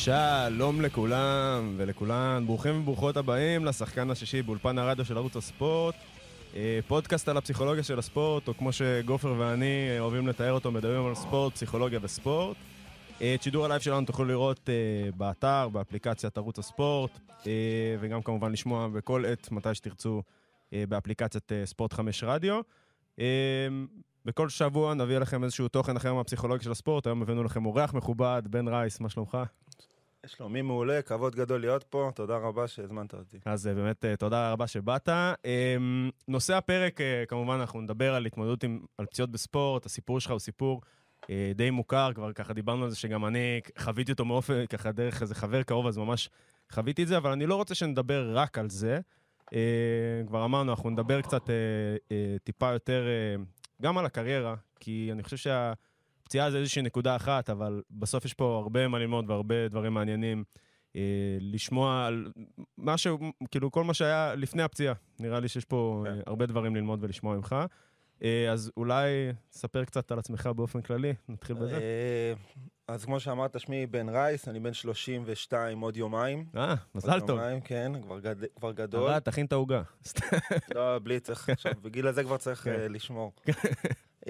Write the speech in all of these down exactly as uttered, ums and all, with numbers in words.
שלום לכולם ולכולן, ברוכים וברוכות הבאים לשחקן השישי באולפן הרדיו של ערוץ הספורט, פודקאסט על הפסיכולוגיה של הספורט, או כמו שגופר ואני אוהבים לתאר אותו, מדברים על ספורט, פסיכולוגיה וספורט. את שידור הלייב שלנו תוכלו לראות באתר, באפליקציית ערוץ הספורט, וגם כמובן לשמוע בכל עת מתי שתרצו באפליקציית ספורט חמש רדיו. בכל שבוע נביא לכם איזשהו תוכן אחר מהפסיכולוגיה של הספורט. היום הבאנו לכם אורח מכובד, בן רייס, מה שלומך? שלומי מעולה, כבוד גדול להיות פה, תודה רבה שהזמנת אותי. אז באמת תודה רבה שבאת. נושא הפרק, כמובן אנחנו נדבר על התמודדות עם, על פציעות בספורט. הסיפור שלך הוא סיפור די מוכר, כבר ככה דיברנו על זה שגם אני חוויתי אותו מאופן, ככה דרך איזה חבר קרוב, אז ממש חוויתי את זה, אבל אני לא רוצה שנדבר רק על זה. כבר אמרנו, אנחנו נדבר קצת טיפה יותר גם על הקריירה, כי אני חושב שהפציעה זה איזושהי נקודה אחת, אבל בסוף יש פה הרבה מה ללמוד והרבה דברים מעניינים. אה, לשמוע על משהו, כאילו כל מה שהיה לפני הפציעה. נראה לי שיש פה אה, הרבה דברים ללמוד ולשמוע ממך. אה, אז אולי ספר קצת על עצמך באופן כללי, נתחיל בזה. אה, אז כמו שאמרת, שמי בן רייס, אני בן שלושים ושתיים עוד יומיים. אה, מזל טוב. יומיים, כן, כבר, גד... כבר גדול. אבל תכין את ההוגה. לא, בלי צריך, עכשיו, בגיל הזה כבר צריך uh, לשמור. uh,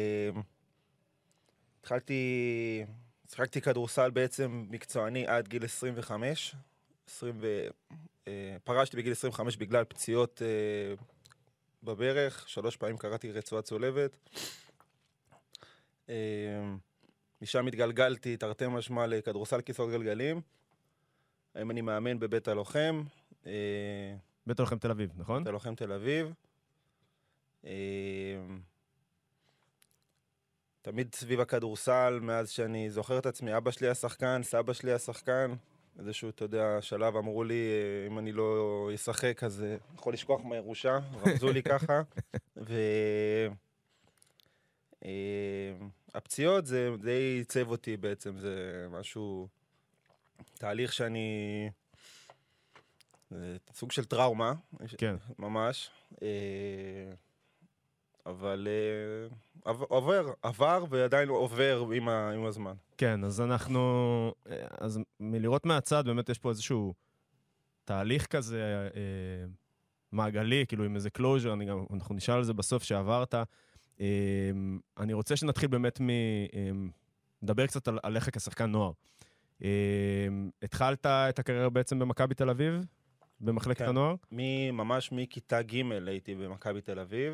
התחלתי, שחקתי כדורסל בעצם מקצועני עד גיל עשרים וחמש. עשרים ו... uh, פרשתי בגיל עשרים וחמש בגלל פציעות uh, בברך, שלוש פעמים קראתי רצועה צולבת. Uh, משם התגלגלתי, תרתי משמע לכדורסל כיסאות גלגלים. היום אני מאמן בבית הלוחם. בית הלוחם תל אביב, נכון? בית הלוחם תל אביב. תמיד סביב הכדורסל, מאז שאני זוכר את עצמי, אבא שלי השחקן, סבא שלי השחקן. איזשהו, אתה יודע, שלב אמרו לי, אם אני לא אשחק, אז יכול לשכוח מהירושה. רמזו לי ככה. ו... הפציעות זה די צב אותי בעצם, זה משהו, תהליך שאני, זה סוג של טראומה, כן. ממש, אבל עובר, עבר ועדיין עובר עם, ה, עם הזמן. כן, אז אנחנו, אז מלראות מהצד, באמת יש פה איזשהו תהליך כזה מעגלי, כאילו עם איזה closure, אני גם, אנחנו נשאל על זה בסוף שעברת. אני רוצה שנתחיל באמת מדבר קצת על, עליך כשחקן נוער. התחלת את הקריירה בעצם במכבי תל אביב, במחלקת כן. הנוער? ממש מכיתה ג' הייתי במכבי תל אביב.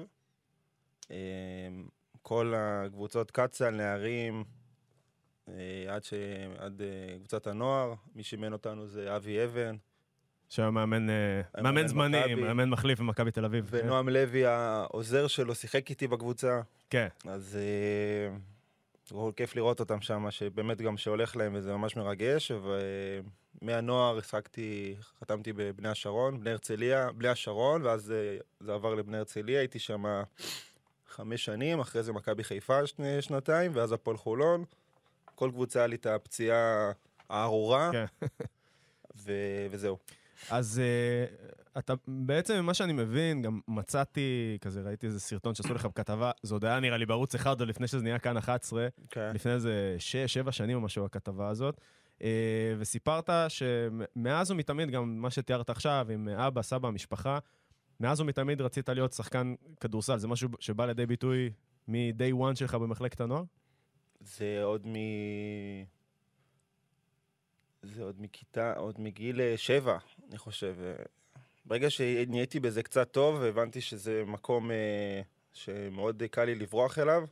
כל הקבוצות קצ"ל, נערים, עד, ש... עד קבוצת הנוער. מי שימן אותנו זה אבי אבן. שהיה מאמן, מאמן זמני, מאמן מחליף במכבי תל אביב. ונועם לוי, העוזר שלו, שיחק איתי בקבוצה. כן. אז הוא כיף לראות אותם שם, שבאמת גם שהולך להם, וזה ממש מרגש. ומהנוער השחקתי, חתמתי בבני השרון, בני הרצליה, בני השרון, ואז זה עבר לבני הרצליה. הייתי שם חמש שנים, אחרי זה מכבי חיפה שני שנתיים, ואז הפועל חולון. כל קבוצה היה לי את הפציעה הארורה, ו- וזהו. אז uh, אתה בעצם ממה שאני מבין, גם מצאתי, כזה ראיתי איזה סרטון שעשו לך בכתבה, זה עוד היה נראה לי בערוץ אחד, או לפני שזה נהיה כאן אחת עשרה, okay. לפני איזה שש, שבע שנים או משהו הכתבה הזאת, uh, וסיפרת שמאז ומתמיד, גם מה שתיארת עכשיו, עם אבא, סבא, משפחה, מאז ומתמיד רצית להיות שחקן כדורסל, זה משהו שבא לידי ביטוי מ-day one שלך במחלקת הנוער? זה עוד מ... זה עוד מכיתה, עוד מגיל שבע, אני חושב. ברגע שנהייתי בזה קצת טוב, הבנתי שזה מקום אה, שמאוד קל לי לברוח אליו,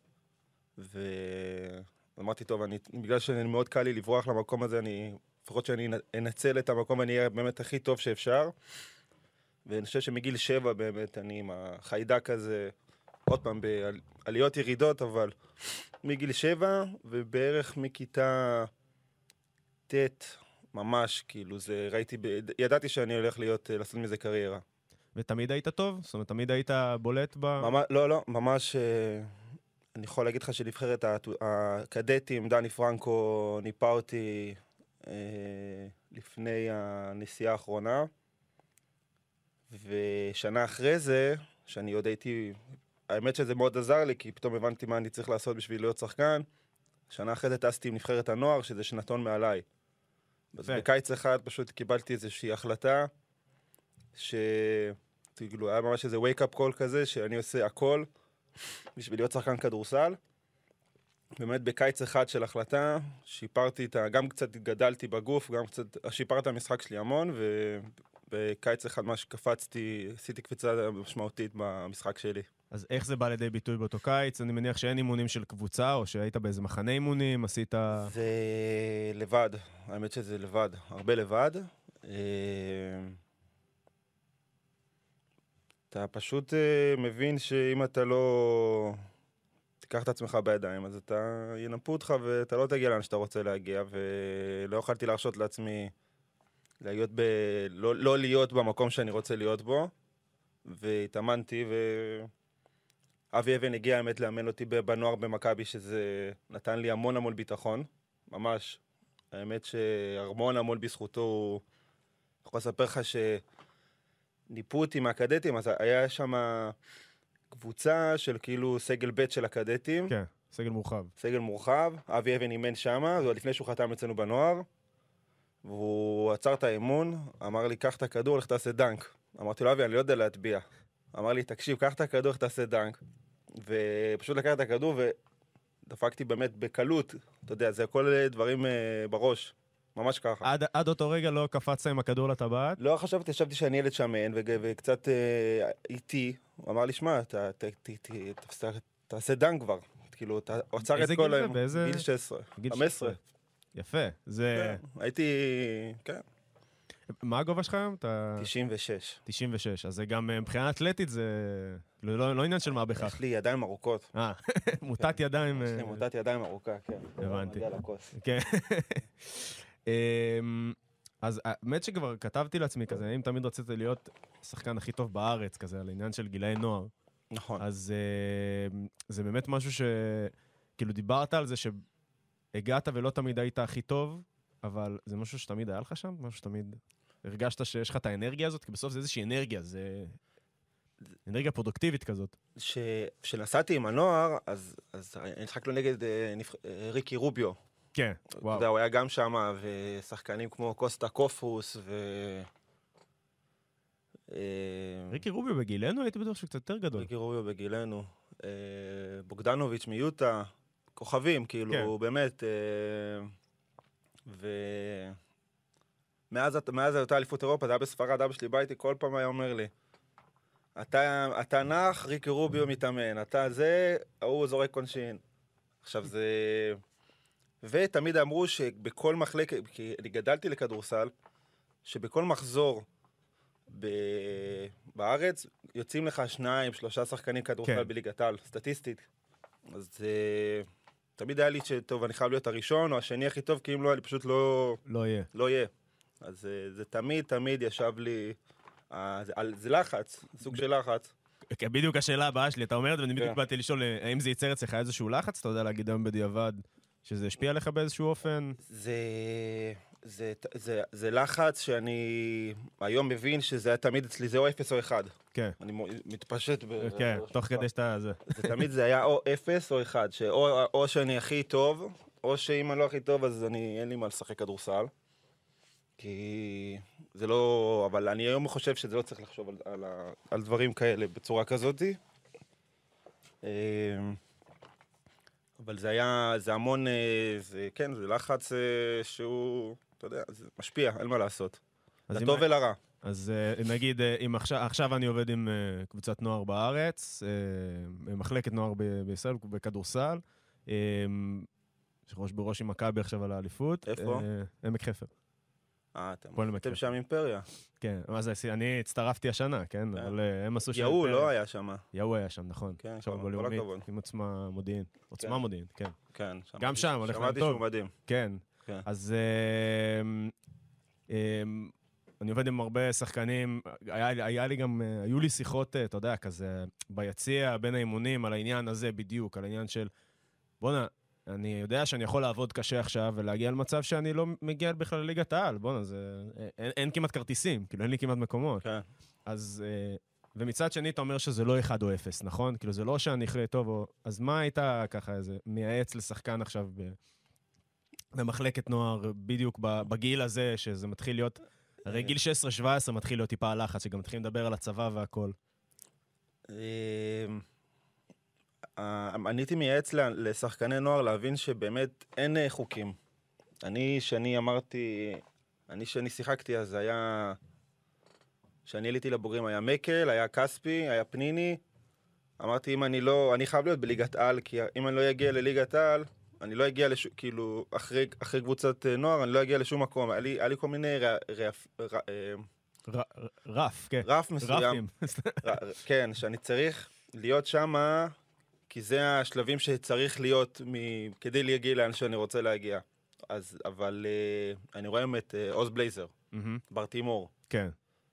ואמרתי, טוב, אני, בגלל שמאוד קל לי לברוח למקום הזה, אני, לפחות שאני אנצל את המקום, אני אהיה באמת הכי טוב שאפשר, ואני חושב שמגיל שבע באמת, אני עם החיידק הזה, עוד פעם, בעליות ירידות, אבל מגיל שבע, ובערך מכיתה תת, ממש, כאילו, זה, ראיתי, ידעתי שאני הולך להיות, לעשות מזה קריירה. ותמיד היית טוב? זאת אומרת, תמיד היית בולט ב... ממש, לא, לא, ממש, אני יכול להגיד לך שנבחרת הקדטים, דני פרנקו ניפה אותי אה, לפני הנסיעה האחרונה, ושנה אחרי זה, שאני עוד הייתי, האמת שזה מאוד עזר לי, כי פתאום הבנתי מה אני צריך לעשות בשביל להיות שחקן, שנה אחרי זה טסתי עם נבחרת הנוער, שזה שנתון מעליי. אז בקיץ אחד פשוט קיבלתי איזושהי החלטה, שכאילו היה ממש איזה wake up call כזה, שאני עושה הכל בשביל להיות שחקן כדורסל. באמת בקיץ אחד של החלטה, שיפרתי את ה... גם קצת גדלתי בגוף, גם קצת שיפרתי את המשחק שלי המון, ובקיץ אחד מה שקפצתי, עשיתי קפיצה משמעותית במשחק שלי. אז איך זה בא לידי ביטוי באותו קיץ? אני מניח שאין אימונים של קבוצה, או שהיית באיזה מחנה אימונים, עשית... זה לבד, האמת שזה לבד, הרבה לבד. אתה פשוט מבין שאם אתה לא... תיקח את עצמך בידיים, אז אתה ינפו אותך ואתה לא תגיע לאן שאתה רוצה להגיע, ולא יכולתי להרשות לעצמי להיות ב... לא, לא להיות במקום שאני רוצה להיות בו, והתאמנתי, ואבי אבן הגיע האמת לאמן אותי בנוער במכבי, שזה נתן לי המון המון ביטחון, ממש. האמת שהמון המון בזכותו, הוא יכול לספר לך שניפו אותי מהקדטים, אז היה שם... קבוצה של כאילו סגל ב' של הקדטים. כן, סגל מורחב. סגל מורחב, אבי אבן אימן שמה, זה לפני שהוא חתם אצלנו בנוער, והוא עצר את האימון, אמר לי, קח את הכדור, לך תעשה דנק. אמרתי לו, אבי, אני לא יודע להטביע. אמר לי, תקשיב, קח את הכדור, לך תעשה דנק. ופשוט לקח את הכדור ודפקתי באמת בקלות, אתה יודע, זה כל דברים uh, בראש. ממש ככה. עד, עד אותו רגע לא קפצת עם הכדור לטבעת? לא חשבתי, חשבתי שאני ילד שמן וקצת אה, איטי. הוא אמר לי, שמע, אתה, ת, ת, ת, ת, ת, תעשה דנק כבר. כאילו, אתה עוצר את כל היום. באיזה... גיל שש עשרה. גיל חמש עשרה. יפה. זה... כן, הייתי... כן. מה הגובה שלך היום? אתה... תשעים ושש. תשעים ושש. אז זה גם מבחינה אתלטית, זה לא, לא, לא עניין של מה בכך. יש לי ידיים ארוכות. אה, מוטת ידיים... יש לי מוטת ידיים ארוכה, כן. הבנתי. מגיע לכוס. כן. אז האמת שכבר כתבתי לעצמי כזה, אם תמיד רציתי להיות השחקן הכי טוב בארץ, כזה, על עניין של גילאי נוער. נכון. אז זה באמת משהו ש... כאילו דיברת על זה שהגעת ולא תמיד היית הכי טוב, אבל זה משהו שתמיד היה לך שם? משהו שתמיד הרגשת שיש לך את האנרגיה הזאת? כי בסוף זה איזושהי אנרגיה, זה אנרגיה פרודוקטיבית כזאת. כשנסעתי עם הנוער, אז אני נשחק לו נגד ריקי רוביו. כן, וואו. אתה יודע, הוא היה גם שם, ושחקנים כמו קוסטה קופוס, ו... ריקי רוביו בגילנו? הייתי בטוח שהוא קצת יותר גדול. ריקי רוביו בגילנו. בוגדנוביץ' מיוטה, כוכבים, כאילו, כן. באמת. ומאז הייתה אליפות אירופה, זה היה בספרד, אבא שלי בא איתי, כל פעם היה אומר לי, אתה, אתה נח, ריקי רוביו מתאמן, אתה זה, הוא זורק קונשין. עכשיו זה... ותמיד אמרו שבכל מחלקת, כי אני גדלתי לכדורסל, שבכל מחזור ב... בארץ יוצאים לך שניים, שלושה שחקנים כדורסל כן. בליגת העל, סטטיסטית. אז uh, תמיד היה לי שטוב, אני חייב להיות הראשון או השני הכי טוב, כי אם לא, אני פשוט לא... לא יהיה. לא יהיה. אז uh, זה תמיד, תמיד ישב לי... Uh, זה, זה לחץ, סוג של לחץ. בדיוק השאלה הבאה שלי, אתה אומרת, ואני בדיוק באתי לשאול, האם זה ייצר אצלך איזשהו לחץ? אתה יודע להגיד היום בדיעבד שזה השפיע עליך באיזשהו אופן? זה, זה, זה, זה לחץ שאני היום מבין שזה היה תמיד אצלי, זה או אפס או אחד. כן. אני מתפשט. כן, תוך כדי שאתה זה. זה תמיד זה היה או אפס או אחד, שאו, או שאני הכי טוב, או שאם אני לא הכי טוב, אז אני, אין לי מה לשחק כדורסל. כי זה לא, אבל אני היום חושב שזה לא צריך לחשוב על, על, על דברים כאלה בצורה כזאת. אבל זה היה, זה המון, זה, כן, זה לחץ שהוא, אתה יודע, זה משפיע, אין מה לעשות. לטוב ולרע. אז נגיד, אם עכשיו, עכשיו אני עובד עם קבוצת נוער בארץ, מחלקת נוער בישראל, בכדורסל, ראש בראש עם מכבי עכשיו על האליפות. איפה? עמק חפר. אה, אתם שם אימפריה. כן, מה זה, אני הצטרפתי השנה, כן, אבל הם עשו שם... יהוא לא היה שם. יהוא היה שם, נכון. כן, כל הכבוד. עם עוצמה מודיעין. עוצמה מודיעין, כן. כן. גם שם, הולך להם טוב. שמעתי שהוא מדהים. כן. אז אני עובד עם הרבה שחקנים, היה לי גם, היו לי שיחות, אתה יודע, כזה, ביציע, בין האימונים, על העניין הזה בדיוק, על העניין של, בוא'נה, אני יודע שאני יכול לעבוד קשה עכשיו ולהגיע למצב שאני לא מגיע בכלל לליגת העל. בוא'נה, זה... אין, אין כמעט כרטיסים, כאילו אין לי כמעט מקומות. כן. אז... ומצד שני אתה אומר שזה לא אחד או אפס, נכון? כאילו זה לא שאני אחרי טוב או... אז מה הייתה ככה איזה מייעץ לשחקן עכשיו ב... במחלקת נוער, בדיוק בגיל הזה, שזה מתחיל להיות, הרי גיל שש עשרה שבע עשרה מתחיל להיות טיפה הלחץ, שגם מתחילים לדבר על הצבא והכל. אני הייתי מייעץ לשחקני נוער להבין שבאמת אין חוקים. אני, שאני אמרתי, אני שאני שיחקתי, אז היה, שאני עליתי לבוגרים, היה מקל, היה כספי, היה פניני. אמרתי, אם אני לא, אני חייב להיות בליגת על, כי אם אני לא אגיע לליגת על, אני לא אגיע לשום, כאילו, אחרי, אחרי קבוצת נוער, אני לא אגיע לשום מקום. היה לי, היה לי כל מיני ר, רף, ר, ר, רף, כן. רף מסוים. ר, כן, שאני צריך להיות שמה, כי זה השלבים שצריך להיות מ, כדי להגיע לאן שאני רוצה להגיע. אז, אבל uh, אני רואה היום את uh, עוז בלייזר, mm-hmm. ברטימור. כן.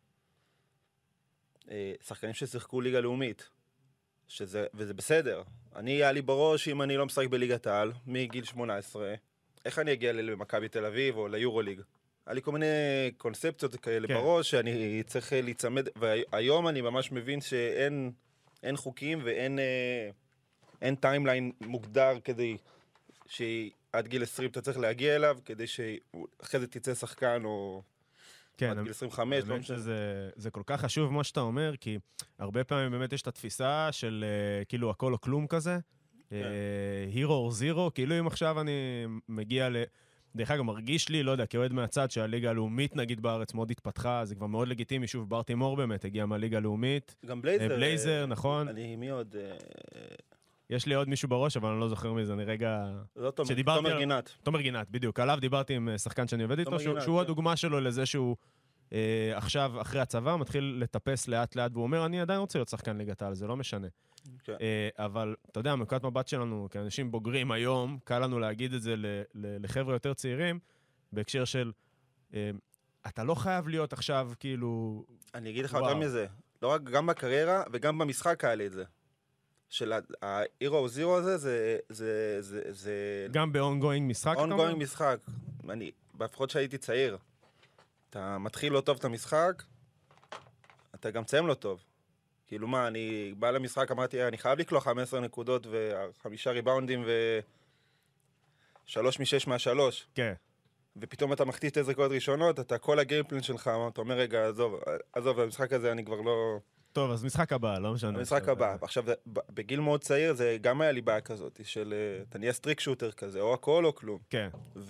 Uh, שחקנים ששיחקו ליגה לאומית, שזה, וזה בסדר. אני, היה לי בראש, אם אני לא משחק בליגת העל, מגיל שמונה עשרה, איך אני אגיע למכבי תל אביב או ליורוליג? היה לי כל מיני קונספציות כאלה כן. בראש, שאני צריך להיצמד, והיום אני ממש מבין שאין אין חוקים ואין אין טיימליין מוגדר כדי שעד גיל עשרים אתה צריך להגיע אליו, כדי שאחרי זה תצא שחקן או... כן, עד גיל עשרים וחמש. באמת שזה זה כל כך חשוב מה שאתה אומר, כי הרבה פעמים באמת יש את התפיסה של כאילו הכל או כלום כזה, הירו או זירו, כאילו אם עכשיו אני מגיע ל... דרך אגב, מרגיש לי, לא יודע, כאוהד מהצד שהליגה הלאומית נגיד בארץ מאוד התפתחה, זה כבר מאוד לגיטימי, שוב ברטימור באמת הגיע מהליגה הלאומית. גם בלייזר. בלייזר, נכון. אני מי עוד... יש לי עוד מישהו בראש, אבל אני לא זוכר מזה, אני רגע... לא תומר, תומר גינת. תומר גינת, בדיוק. עליו דיברתי עם שחקן שאני עובד איתו, שהוא הדוגמה שלו לזה שהוא עכשיו, אחרי הצבא, מתחיל לטפס לאט לאט, והוא אומר, אני עדיין רוצה להיות שחקן ליגת העל, זה לא משנה. אבל, אתה יודע, מנקודת מבט שלנו, כאנשים בוגרים היום, קל לנו להגיד את זה לחבר'ה יותר צעירים, בהקשר של, אתה לא חייב להיות עכשיו, כאילו... אני אגיד לך יותר מזה, לא רק גם בקריירה, וגם במשחק היה לי את זה. של ה-Hero או Zero הזה, זה, זה, זה, זה... גם ב-ongoing משחק? ongoing משחק. אני, לפחות שהייתי צעיר, אתה מתחיל לא טוב את המשחק, אתה גם ציים לא טוב. כאילו מה, אני בא למשחק, אמרתי, אני חייב לקלוע חמש עשרה נקודות וחמישה ריבאונדים ושלוש משש מהשלוש. כן. ופתאום אתה מחטיא שתי זריקות ראשונות, אתה כל הגיימפלן שלך, אתה אומר, רגע, עזוב, עזוב, המשחק הזה אני כבר לא... טוב, אז משחק הבא, לא משנה. המשחק הבא. עכשיו, בגיל מאוד צעיר, זה גם היה לי בעיה כזאת, של אתה נהיה סטריק שוטר כזה, או הכל או כלום. כן.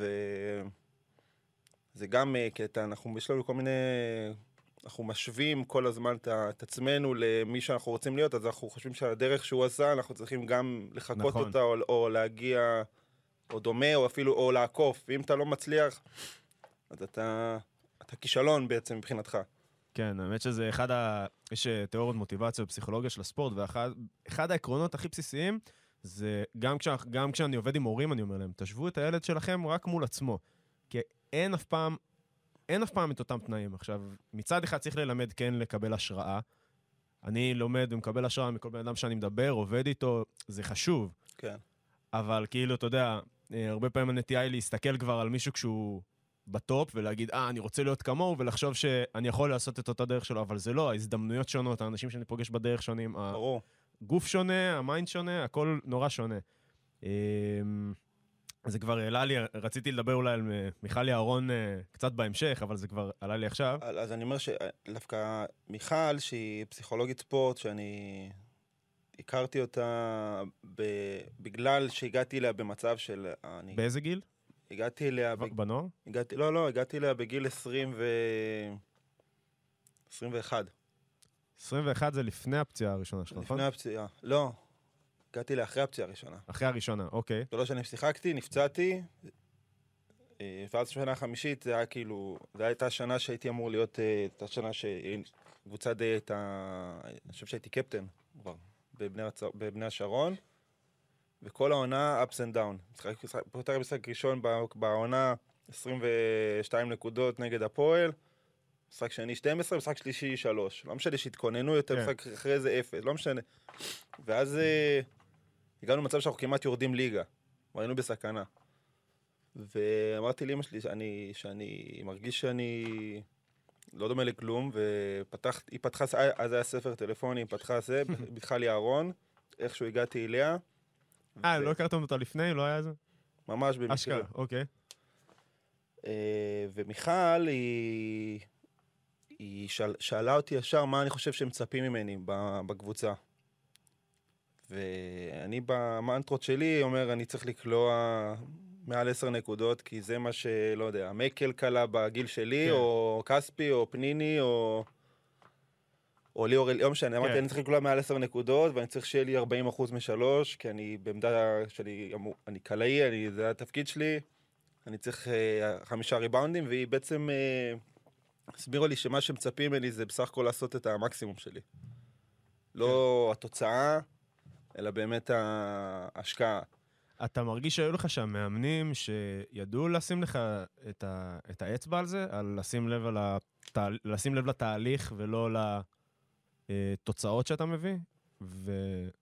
וזה גם, כי אנחנו, יש לנו כל מיני, אנחנו משווים כל הזמן את עצמנו למי שאנחנו רוצים להיות, אז אנחנו חושבים שהדרך שהוא עשה, אנחנו צריכים גם לחכות אותה, או להגיע, או דומה, או אפילו, או לעקוף. ואם אתה לא מצליח, אז אתה, אתה כישלון בעצם מבחינתך. כן, האמת שזה אחד ה... יש תיאוריות מוטיבציה בפסיכולוגיה של הספורט, ואחד העקרונות הכי בסיסיים, זה גם, כש... גם כשאני עובד עם הורים, אני אומר להם, תשוו את הילד שלכם רק מול עצמו. כי אין אף פעם, אין אף פעם את אותם תנאים. עכשיו, מצד אחד צריך ללמד כן לקבל השראה. אני לומד ומקבל השראה מכל בן אדם שאני מדבר, עובד איתו, זה חשוב. כן. אבל כאילו, אתה יודע, הרבה פעמים הנטייה היא להסתכל כבר על מישהו כשהוא... בטופ, ולהגיד, אה, אני רוצה להיות כמוהו, ולחשוב שאני יכול לעשות את אותה דרך שלו, אבל זה לא, ההזדמנויות שונות, האנשים שאני פוגש בדרך שונים, ברור. הגוף שונה, המיינד שונה, הכל נורא שונה. זה כבר העלה לי, רציתי לדבר אולי על מיכל יערון קצת בהמשך, אבל זה כבר עלה לי עכשיו. אז אני אומר שדווקא מיכל, שהיא פסיכולוגית ספורט, שאני הכרתי אותה בגלל שהגעתי אליה במצב של... באיזה גיל? הגעתי אליה... בנוער? הגעתי, לא, לא, הגעתי אליה בגיל עשרים ו... עשרים ואחת. עשרים ואחת זה לפני הפציעה הראשונה שלך, נכון? לפני הפציעה, לא. הגעתי אליה אחרי הפציעה הראשונה. אחרי הראשונה, אוקיי. שלוש שנים שיחקתי, נפצעתי, ואז השנה החמישית זה היה כאילו... זה הייתה השנה שהייתי אמור להיות... הייתה השנה שקבוצה די הייתה... אני חושב שהייתי קפטן כבר, בבני, הצ... בבני השרון. וכל העונה, ups and down. פותר משחק ראשון בעונה, עשרים ושתיים נקודות נגד הפועל, משחק שני שתים עשרה, משחק שלישי שלוש. לא משנה שהתכוננו יותר, yeah. משחק אחרי זה אפס, לא משנה. ואז uh, הגענו למצב שאנחנו כמעט יורדים ליגה. היינו בסכנה. ואמרתי לאמא שלי שאני, שאני מרגיש שאני לא דומה לכלום, והיא פתחה, אז היה ספר טלפוני, פתחה זה, ביטחה לי אהרון, איכשהו הגעתי אליה, אה, לא הכרתם אותה לפני? לא היה זה? ממש במקרה. אשכרה, אוקיי. ומיכל היא, היא שאל, שאלה אותי ישר מה אני חושב שהם מצפים ממני בקבוצה. ואני במנטרות שלי אומר, אני צריך לקלוע מעל עשר נקודות, כי זה מה שלא יודע, מקל קלה בגיל שלי, כן. או קספי, או פניני, או... או ליאור, יום שאני אמרתי, אני צריך לקלוע מעל עשר נקודות, ואני צריך שיהיה לי ארבעים אחוז משלוש, כי אני בעמדה שלי, אני קלעי, אני, זה התפקיד שלי, אני צריך uh, חמישה ריבאונדים, והיא בעצם uh, הסבירה לי שמה שמצפים ממני זה בסך הכל לעשות את המקסימום שלי. לא כן. התוצאה, אלא באמת ההשקעה. אתה מרגיש שהיו לך שם מאמנים שידעו לשים לך את, ה, את האצבע על זה, על לשים לב, על התה, לשים לב לתהליך ולא לתוצאות שאתה מביא? ו...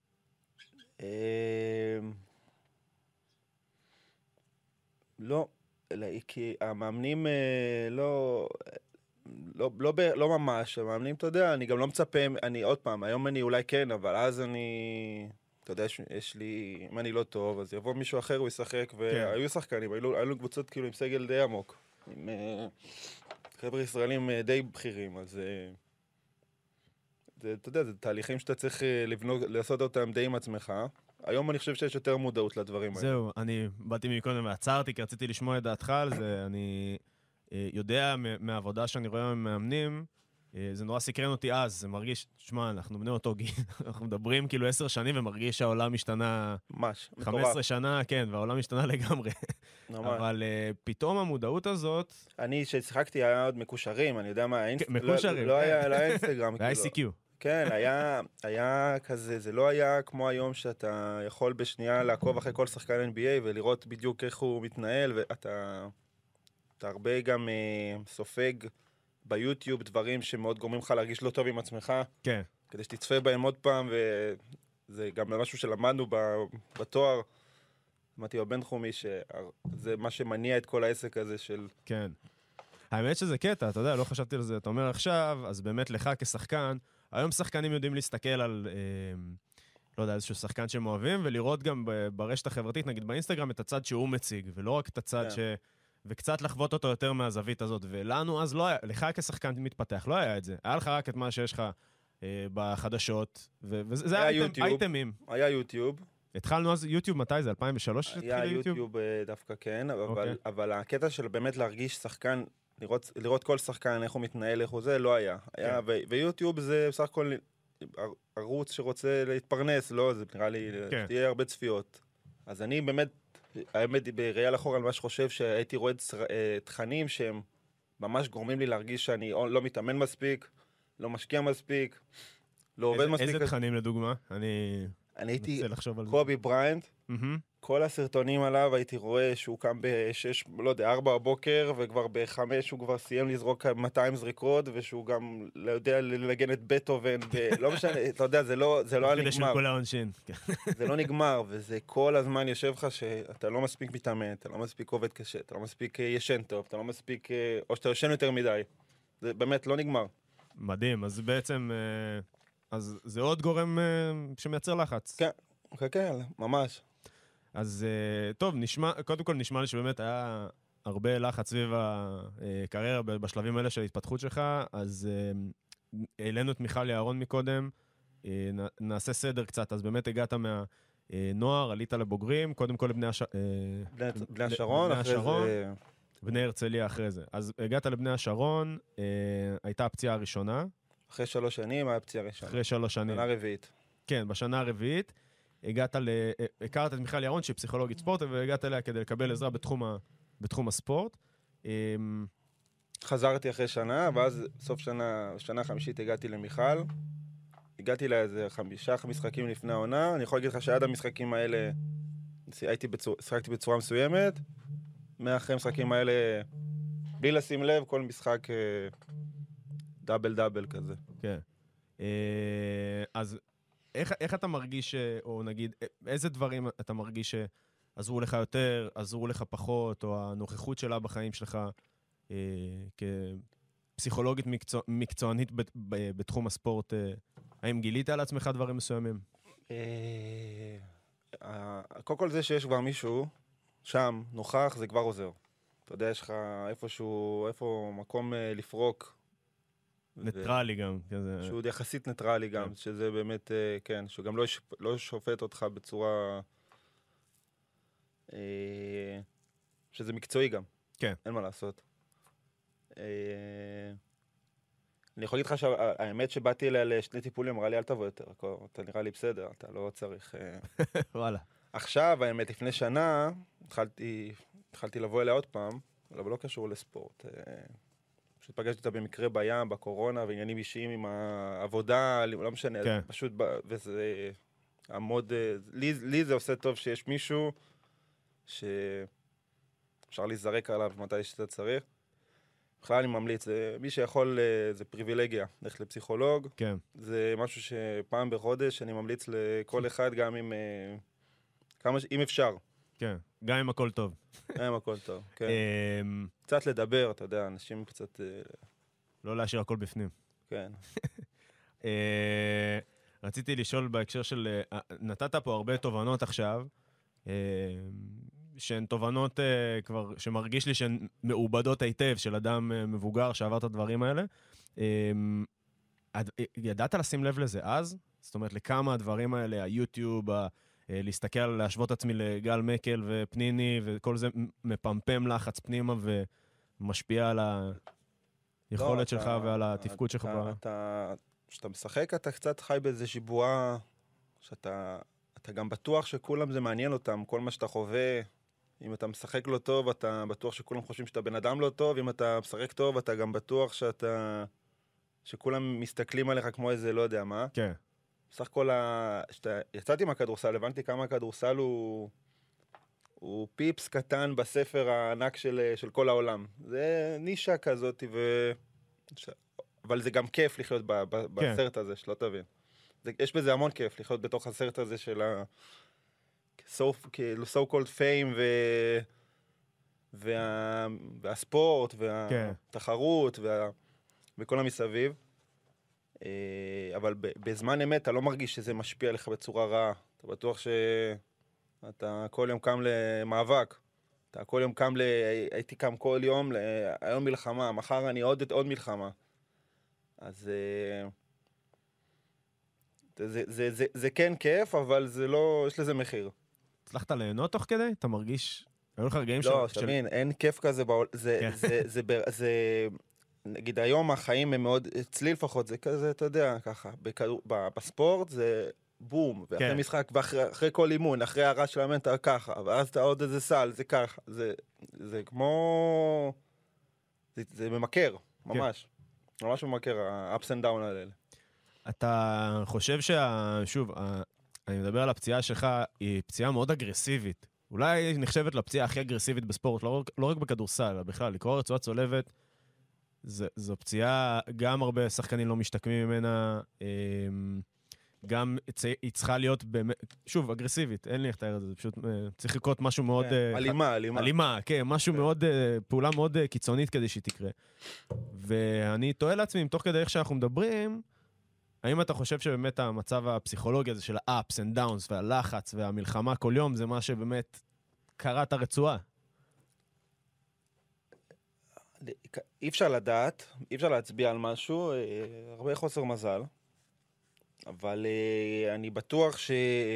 לא, כי המאמנים לא... לא, לא, לא ממש, המאמנים, אתה יודע, אני גם לא מצפה, אני עוד פעם, היום אני אולי כן, אבל אז אני... אתה יודע, יש, יש לי, אם אני לא טוב, אז יבוא מישהו אחר, הוא ישחק, והיו שחקנים, היו, היו קבוצות כאילו עם סגל די עמוק, עם uh, חבר'ה ישראלים uh, די בכירים, אז uh, זה, אתה יודע, זה תהליכים שאתה צריך uh, לבנות, לעשות אותם די עם עצמך. היום אני חושב שיש יותר מודעות לדברים האלה. זהו, אני באתי מקודם ועצרתי, כי רציתי לשמוע את דעתך על זה, אני uh, יודע מהעבודה שאני רואה עם מאמנים, זה נורא סקרן אותי אז, זה מרגיש, תשמע, אנחנו בני אותו גיל, אנחנו מדברים כאילו עשר שנים ומרגיש שהעולם השתנה... ממש, חמש עשרה שנה, כן, והעולם השתנה לגמרי. אבל פתאום המודעות הזאת... אני, ששיחקתי, היה עוד מקושרים, אני יודע מה, מקושרים. לא היה אינסטגרם. היה איי סי קיו. כן, היה כזה, זה לא היה כמו היום שאתה יכול בשנייה לעקוב אחרי כל שחקן אן בי איי ולראות בדיוק איך הוא מתנהל, ואתה הרבה גם סופג... ביוטיוב, דברים שמאוד גורמים לך להרגיש לא טוב עם עצמך. כן. כדי שתצפה בהם עוד פעם, וזה גם משהו שלמדנו בתואר. אמרתי בבינתחומי, שזה מה שמניע את כל העסק הזה של... כן. האמת שזה קטע, אתה יודע, לא חשבתי על זה, אתה אומר עכשיו, אז באמת לך כשחקן, היום שחקנים יודעים להסתכל על, אה, לא יודע, איזשהו שחקן שהם אוהבים, ולראות גם ברשת החברתית, נגיד באינסטגרם, את הצד שהוא מציג, ולא רק את הצד כן. ש... וקצת לחוות אותו יותר מהזווית הזאת, ולנו אז לא היה, לך כשחקן מתפתח, לא היה את זה. היה לך רק את מה שיש לך אה, בחדשות, ו- וזה היה אייטם, אייטמים. היה יוטיוב. התחלנו אז יוטיוב, מתי זה? אלפיים ושלוש התחיל היה יוטיוב? יוטיוב דווקא כן, אבל, אוקיי. אבל הקטע של באמת להרגיש שחקן, לראות, לראות כל שחקן, איך הוא מתנהל, איך הוא זה, לא היה. כן. היה ו- ויוטיוב זה בסך הכל ערוץ שרוצה להתפרנס, לא, זה נראה לי, כן. תהיה הרבה צפיות. אז אני באמת, האמת, בראייה לאחור על מה שחושב שהייתי רואה תכנים שהם ממש גורמים לי להרגיש שאני לא מתאמן מספיק, לא משקיע מספיק, לא עובד מספיק. איזה תכנים לדוגמה? אני... אני הייתי קובי בריינט, כל הסרטונים עליו הייתי רואה שהוא קם בשש, לא יודע, ארבע בבוקר, וכבר בחמש הוא כבר סיים לזרוק מאתיים זריקות, ושהוא גם לא יודע לנגן את בטהובן, ולא משנה, אתה יודע, זה לא היה נגמר. זה לא נגמר, וזה כל הזמן יושב לך שאתה לא מספיק מתאמן, אתה לא מספיק עובד קשה, אתה לא מספיק ישן טוב, אתה לא מספיק, או שאתה ישן יותר מדי. זה באמת לא נגמר. מדהים, אז בעצם... אז זה עוד גורם uh, שמייצר לחץ. כן, כן, כן, ממש. אז uh, טוב, נשמע, קודם כל נשמע לי שבאמת היה הרבה לחץ סביב הקריירה בשלבים האלה של ההתפתחות שלך, אז uh, העלינו את מיכל יערון מקודם, uh, נעשה סדר קצת, אז באמת הגעת מהנוער, עלית לבוגרים, קודם כל לבני הש... uh, בני, בני השרון, בני אחרי השרון, זה... בני הרצליה אחרי זה. אז הגעת לבני השרון, uh, הייתה הפציעה הראשונה, אחרי שלוש שנים היה פציעה ראשונה. אחרי שלוש שנים. שנה רביעית. כן, בשנה הרביעית. הגעת ל... הכרת את מיכל יערון, שהיא פסיכולוגית ספורט, והגעת אליה כדי לקבל עזרה בתחום, ה... בתחום הספורט. חזרתי אחרי שנה, ואז סוף שנה, שנה חמישית הגעתי למיכל. הגעתי לאיזה חמישה משחקים לפני העונה. אני יכול להגיד לך שעד המשחקים האלה, הייתי בצור... שחקתי בצורה מסוימת. מאחרי המשחקים האלה, בלי לשים לב, כל משחק... דאבל דאבל כזה. כן. אז איך, איך אתה מרגיש, או נגיד, איזה דברים אתה מרגיש שעזרו לך יותר, עזרו לך פחות, או הנוכחות שלה בחיים שלך אה, כפסיכולוגית מקצוע, מקצוענית ב, ב, בתחום הספורט, אה, האם גילית על עצמך דברים מסוימים? אה, קודם כל זה שיש כבר מישהו שם, נוכח, זה כבר עוזר. אתה יודע, יש לך איפשהו, איפה מקום אה, לפרוק. ניטרלי גם. כזה... שהוא יחסית ניטרלי גם, שזה באמת, אה, כן, שהוא גם לא, יש, לא שופט אותך בצורה... אה, שזה מקצועי גם. כן. אין מה לעשות. אה, אני יכול להגיד לך שהאמת שבאתי אליה לשני טיפולים, אמרה לי, אל תבוא יותר, אתה נראה לי בסדר, אתה לא צריך... וואלה. עכשיו, האמת, לפני שנה, התחלתי, התחלתי לבוא אליה עוד פעם, אבל לא קשור לספורט. פשוט פגשתי אותה במקרה בים, בקורונה, ועניינים אישיים עם העבודה, לא משנה, כן. פשוט, וזה עמוד... לי, לי זה עושה טוב שיש מישהו שאפשר להיזרק עליו מתי שאתה צריך. בכלל אני ממליץ, זה, מי שיכול, זה פריבילגיה, ללכת לפסיכולוג. כן. זה משהו שפעם בחודש אני ממליץ לכל אחד, גם אם, כמה, אם אפשר. כן, גם אם הכל טוב. גם אם הכל טוב, כן. קצת לדבר, אתה יודע, אנשים קצת... לא להשאיר הכל בפנים. כן. רציתי לשאול בהקשר של... נתת פה הרבה תובנות עכשיו, שהן תובנות uh, כבר, שמרגיש לי שהן מעובדות היטב של אדם uh, מבוגר שעבר את הדברים האלה. Um, עד, ידעת לשים לב לזה אז? זאת אומרת, לכמה הדברים האלה, היוטיוב, ה, uh, להסתכל, להשוות עצמי לגל מקל ופניני, וכל זה מפמפם לחץ פנימה ומשפיע על היכולת שלך אתה, ועל התפקוד שלך. אתה, אתה, כשאתה משחק, אתה קצת חי באיזה שיבועה, שאתה אתה גם בטוח שכולם זה מעניין אותם, כל מה שאתה חווה. אם אתה משחק לא טוב, אתה בטוח שכולם חושבים שאתה בן אדם לא טוב, אם אתה משחק טוב, אתה גם בטוח שאתה... שכולם מסתכלים עליך כמו איזה לא יודע מה. כן. בסך הכל, ה... שאתה... יצאתי מהכדורסל, הבנתי כמה הכדורסל הוא... הוא פיפס קטן בספר הענק של, של כל העולם. זה נישה כזאת, ו... ש... אבל זה גם כיף לחיות ב... ב... כן. בסרט הזה, שלא תבין. זה... יש בזה המון כיף לחיות בתוך הסרט הזה של ה... כאילו so called fame ו... וה... והספורט והתחרות וה... וכל המסביב. אבל בזמן אמת אתה לא מרגיש שזה משפיע עליך בצורה רעה. אתה בטוח שאתה כל יום קם למאבק. אתה כל יום קם ל... הייתי קם כל יום, היום מלחמה, מחר אני עוד, עוד מלחמה. אז זה, זה, זה, זה כן כיף, אבל זה לא, יש לזה מחיר. הצלחת ליהנות תוך כדי? אתה מרגיש... היו לך רגעים של... לא, שתבין, אין כיף כזה בעול... זה, זה, זה, זה... נגיד, היום החיים הם מאוד... אצלי לפחות, זה כזה, אתה יודע, ככה. בספורט זה בום, ואחרי משחק, ואחרי כל אימון, אחרי הרעש של המאמן, אתה ככה, ואז אתה עוד איזה סל, זה ככה. זה כמו... זה ממכר, ממש. ממש ממכר, ה-ups and down האלה. אתה חושב שה... שוב, אני מדבר על הפציעה שלך, היא פציעה מאוד אגרסיבית. אולי היא נחשבת לפציעה הכי אגרסיבית בספורט, לא, לא רק בכדורסל, אלא בכלל, לקרוא רצועה צולבת, זו, זו פציעה, גם הרבה שחקנים לא משתקמים ממנה, גם היא צריכה להיות, באמת, שוב, אגרסיבית, אין לי איך לתאר את זה, זה פשוט צריך לקרות משהו מאוד... אלימה, אלימה. אלימה, כן, משהו מאוד, פעולה מאוד קיצונית כדי שהיא תקרה. ואני תוהה לעצמי, תוך כדי איך שאנחנו מדברים, האם אתה חושב שבאמת המצב הפסיכולוגי הזה של ה-ups and downs והלחץ והמלחמה כל יום זה מה שבאמת קרה את הרצועה? אי אפשר לדעת, אי אפשר להצביע על משהו, הרבה חוסר מזל, אבל אני בטוח ש...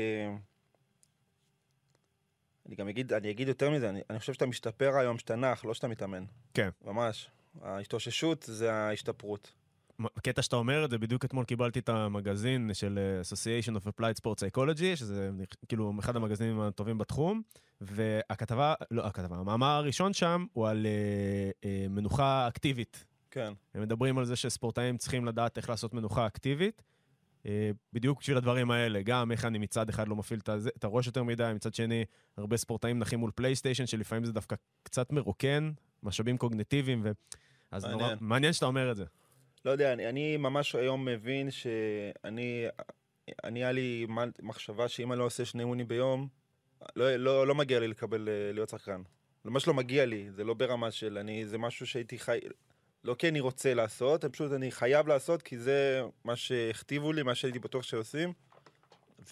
אני גם אגיד, אני אגיד יותר מזה, אני, אני חושב שאתה משתפר היום, שאתה נח, לא שאתה מתאמן. כן. ממש. ההשתוששות זה ההשתפרות. קטע שאתה אומר, זה בדיוק אתמול קיבלתי את המגזין של Association of Applied Sport Psychology, שזה כאילו אחד המגזינים הטובים בתחום, והכתבה, לא הכתבה, המאמר הראשון שם הוא על uh, uh, מנוחה אקטיבית. כן. הם מדברים על זה שספורטאים צריכים לדעת איך לעשות מנוחה אקטיבית, uh, בדיוק בשביל הדברים האלה, גם איך אני מצד אחד לא מפעיל את הראש יותר מדי, מצד שני, הרבה ספורטאים נחים מול פלייסטיישן, שלפעמים זה דווקא קצת מרוקן, משאבים קוגניטיביים, ו... אז מעניין. נורא, מעניין שאתה אומר את זה. לא יודע, אני, אני ממש היום מבין שאני, אני היה לי מחשבה שאם אני לא עושה שני אימונים ביום, לא, לא, לא מגיע לי לקבל, להיות שחקן. ממש לא מגיע לי, זה לא ברמה של, אני, זה משהו שהייתי חי... לא כי אני רוצה לעשות, פשוט אני חייב לעשות, כי זה מה שהכתיבו לי, מה שהייתי בטוח שעושים,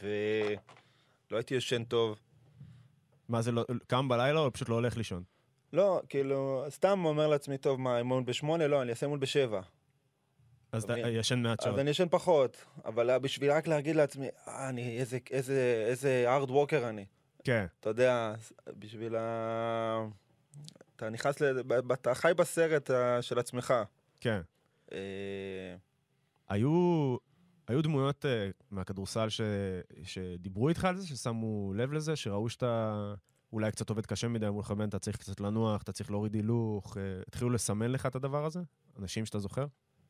ולא הייתי ישן טוב. מה זה, לא, קם בלילה או פשוט לא הולך לישון? לא, כאילו, סתם אומר לעצמי, טוב, מה, אימון בשמונה? לא, אני אעשה אימון בשבע. אז אתה ישן מעט שעות. אז אני ישן פחות, אבל בשביל רק להגיד לעצמי, אה, אני, איזה, איזה, איזה hard worker אני. כן. אתה יודע, בשביל ה... אתה נכנס ל... אתה חי בסרט של עצמך. כן. אה... היו, היו דמויות uh, מהכדורסל ש... שדיברו איתך על זה, ששמו לב לזה, שראו שאתה אולי קצת עובד קשה מדי מול חבן, אתה צריך קצת לנוח, אתה צריך להוריד הילוך, uh, התחילו לסמן לך את הדבר הזה? אנשים שאתה זוכר?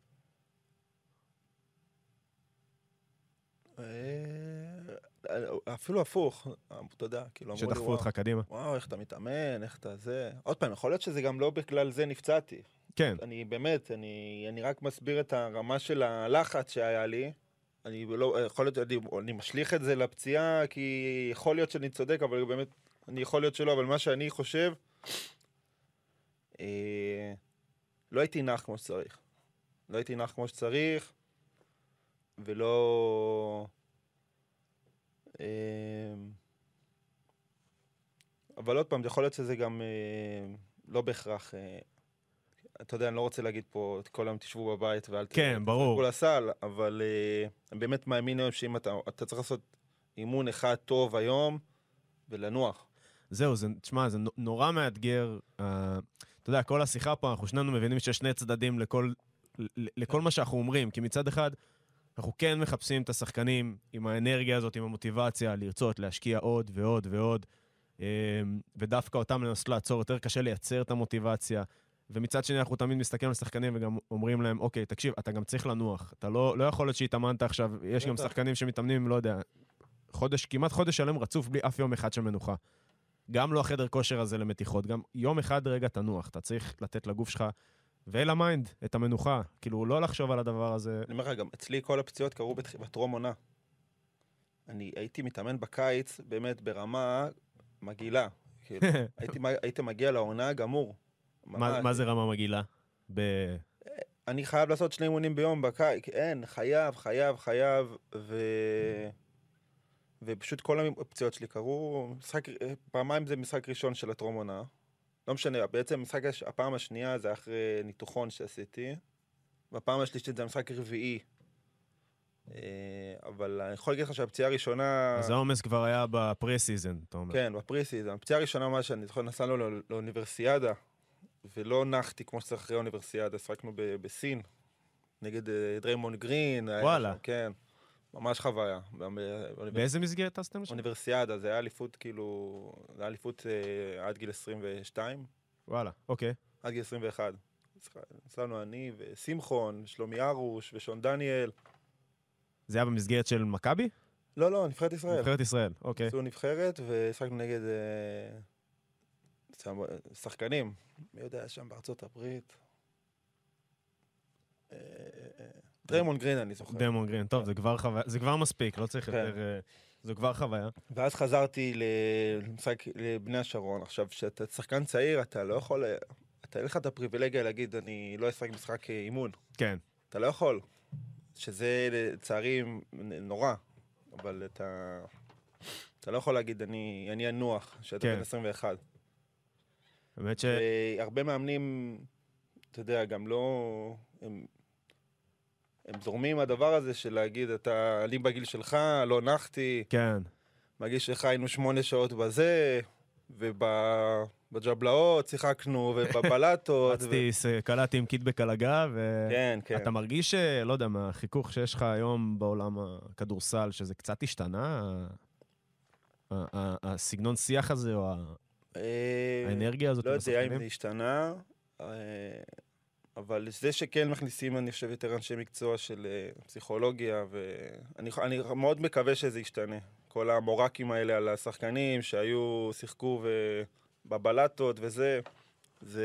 אפילו הפוך, אתה יודע, כאילו אמרו לי, שדחפו אותך קדימה. וואו, איך אתה מתאמן, איך אתה זה... עוד פעם, יכול להיות שזה גם לא בכלל זה נפצעתי. כן. אני באמת, אני, אני רק מסביר את הרמה של הלחץ שהיה לי. אני לא, יכול להיות, אני, אני משליך את זה לפציעה, כי יכול להיות שאני צודק, אבל באמת, אני יכול להיות שלא, אבל מה שאני חושב, אה, לא הייתי נח כמו שצריך. לא הייתי נח כמו שצריך, ולא... אה, אבל עוד פעם, יכול להיות שזה גם אה, לא בהכרח... אה, אתה יודע, אני לא רוצה להגיד פה, את כל היום תשבו בבית ואל כן, ברור. תפרקו לסל, אבל uh, אני באמת מאמין היום שאם אתה, אתה צריך לעשות אימון אחד טוב היום, ולנוח. זהו, זה, תשמע, זה נורא מאתגר. Uh, אתה יודע, כל השיחה פה, אנחנו שנינו מבינים שיש שני צדדים לכל, לכל מה שאנחנו אומרים, כי מצד אחד, אנחנו כן מחפשים את השחקנים עם האנרגיה הזאת, עם המוטיבציה, לרצות, להשקיע עוד ועוד ועוד, uh, ודווקא אותם לנסות לעצור, יותר קשה לייצר את המוטיבציה, ומצד שני אנחנו תמיד מסתכלים על שחקנים וגם אומרים להם, אוקיי, תקשיב, אתה גם צריך לנוח. אתה לא, לא יכול להיות שהתאמנת עכשיו, יש גם שחקנים שמתאמנים, לא יודע, חודש, כמעט חודש שלם רצוף בלי אף יום אחד של מנוחה. גם לא החדר כושר הזה למתיחות, גם יום אחד רגע תנוח. אתה צריך לתת לגוף שלך ולמיינד את המנוחה. כאילו, לא לחשוב על הדבר הזה. אני אומר לך, גם אצלי כל הפציעות קרו בטרום עונה. אני הייתי מתאמן בקיץ, באמת ברמה מגעילה. כאילו, הייתי, הייתי מגיע לעונה גמור. מה, מה זה רמה מגעילה? ב... אני חייב לעשות שני אימונים ביום בקיץ, אין, חייב, חייב, חייב, ו... ופשוט כל הפציעות שלי קרו, משחק, פעמיים זה משחק ראשון של הטרום עונה, לא משנה, בעצם משחק, הפעם השנייה זה אחרי ניתוחון שעשיתי, והפעם השלישית זה המשחק רביעי, אבל אני יכול להגיד לך שהפציעה הראשונה... אז העומס כבר היה בפרי-סיזן, אתה אומר. כן, בפרי-סיזן, הפציעה הראשונה, מה שאני זוכר, נסענו לא, לאוניברסיאדה, ולא נחתי כמו שצריך אחרי האוניברסיאדה, שחקנו ב- בסין, נגד דריימונד גרין. וואלה. כן, ממש חוויה. באיזה מסגרת עשיתם שם? אוניברסיאדה, זה היה אליפות כאילו, זה היה אליפות אה, עד גיל עשרים ושתיים. וואלה, אוקיי. עד גיל עשרים ואחת. נסענו אני ושמחון, שלומי ארוש ושון דניאל. זה היה במסגרת של מכבי? לא, לא, נבחרת ישראל. נבחרת ישראל, אוקיי. עשו נבחרת ושחקנו נגד... אה, שחקנים, מי יודע, שם בארצות הברית. דריימונד גרין, אני זוכר. דריימונד גרין, טוב, זה כבר חוויה, זה כבר מספיק, לא צריך יותר, זה כבר חוויה. ואז חזרתי למשחק לבני השרון. עכשיו, כשאתה שחקן צעיר, אתה לא יכול, אתה אין לך את הפריבילגיה להגיד, אני לא אשחק משחק אימון. כן. אתה לא יכול. שזה לצערי נורא, אבל אתה, אתה לא יכול להגיד, אני, אני אנוח, שאתה בן עשרים ואחת. באמת ש... והרבה מאמנים, אתה יודע, גם לא... הם, הם זורמים הדבר הזה של להגיד, אתה עלים בגיל שלך, לא נחתי. כן. בגיל שלך היינו שמונה שעות בזה, ובג'בלאות שיחקנו, ובבלטות. רצתי, קלעתי עם קיטבק על הגב, ו... כן, כן. אתה מרגיש, לא יודע, מהחיכוך שיש לך היום בעולם הכדורסל, שזה קצת השתנה? הסגנון שיח הזה, או האנרגיה הזאת? לא יודע אם זה השתנה, אבל זה שכן מכניסים, אני חושב, יותר אנשי מקצוע של פסיכולוגיה, ואני מאוד מקווה שזה ישתנה. כל המורקים האלה על השחקנים שהיו, שיחקו בבלטות וזה, זה...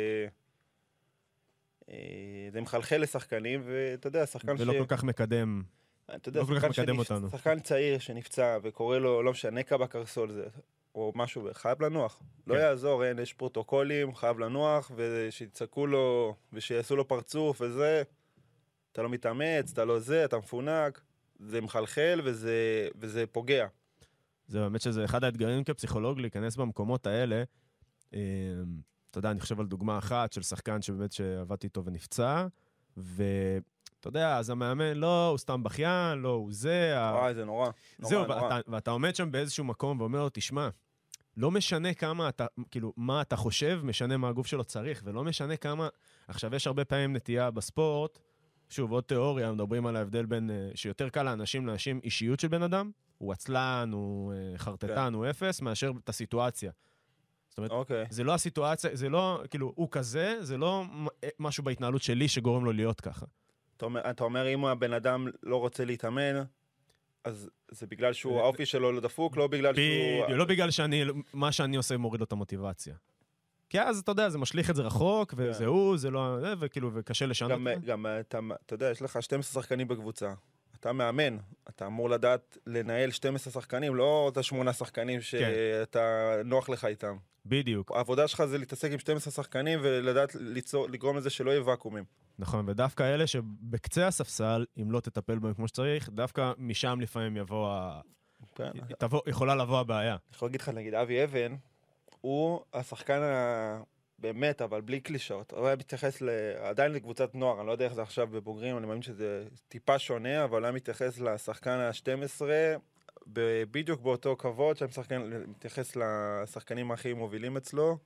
זה מחלחל לשחקנים, ואתה יודע, שחקן ש... ולא כל כך מקדם, אתה יודע, לא כל כך מקדם אותנו. שחקן צעיר שנפצע וקורא לו, לא משנה, נקע בקרסול זה, או משהו, חייב לנוח. לא יעזור, אין, יש פרוטוקולים, חייב לנוח, ושיצעקו לו, ושיעשו לו פרצוף וזה, אתה לא מתאמץ, אתה לא זה, אתה מפונק, זה מחלחל וזה, וזה פוגע. זה באמת שזה אחד האתגרים כפסיכולוג להיכנס במקומות האלה. אתה אתה יודע, אני חושב על דוגמה אחת של שחקן שבאמת שעבדתי איתו ונפצע, ואתה יודע, אז המאמן, לא, הוא סתם בכיין, לא, הוא זה. וואי, זה נורא. זהו, ואתה, ואתה עומד שם באיזשהו מקום ואומר לו, תשמע, לא משנה כמה אתה, כאילו, מה אתה חושב, משנה מה הגוף שלו צריך, ולא משנה כמה... עכשיו, יש הרבה פעמים נטייה בספורט, שוב, עוד תיאוריה, מדברים על ההבדל בין, שיותר קל לאנשים לאנשים אישיות של בן אדם, הוא עצלן, הוא חרטטן, הוא אפס, מאשר את הסיטואציה. זאת אומרת, אוקיי. זה לא הסיטואציה, זה לא, כאילו, הוא כזה, זה לא משהו בהתנהלות שלי שגורם לו להיות ככה. אתה אומר, אתה אומר, אם הבן אדם לא רוצה להתאמן, אז זה בגלל שהוא, האופי שלו לא דפוק, לא בגלל שהוא... לא בגלל שאני, מה שאני עושה מוריד לו את המוטיבציה. כי אז, אתה יודע, זה משליך את זה רחוק, וזה הוא, זה לא... וכאילו, וקשה לשנות. גם, גם, אתה, אתה יודע, יש לך שנים עשר שחקנים בקבוצה. אתה מאמן, אתה אמור לדעת לנהל שנים עשר שחקנים, לא את השמונה שחקנים שאתה נוח לך איתם. בדיוק. העבודה שלך זה להתעסק עם שנים עשר שחקנים ולדעת ליצור, לגרום לזה שלא יהיה ואקומים. נכון, ודווקא אלה שבקצה הספסל, אם לא תטפל בהם כמו שצריך, דווקא משם לפעמים יבוא ה... תבוא, יכולה לבוא הבעיה. אני יכול להגיד לך, נגיד, אבי אבן, הוא השחקן ה... באמת, אבל בלי קלישות. הוא היה מתייחס ל... עדיין לקבוצת נוער, אני לא יודע איך זה עכשיו בבוגרים, אני מאמין שזה טיפה שונה, אבל הוא היה מתייחס לשחקן ה-שתים עשרה, בדיוק באותו כבוד, שהם שחקן... מתייחס לשחקנים הכי מובילים אצלו,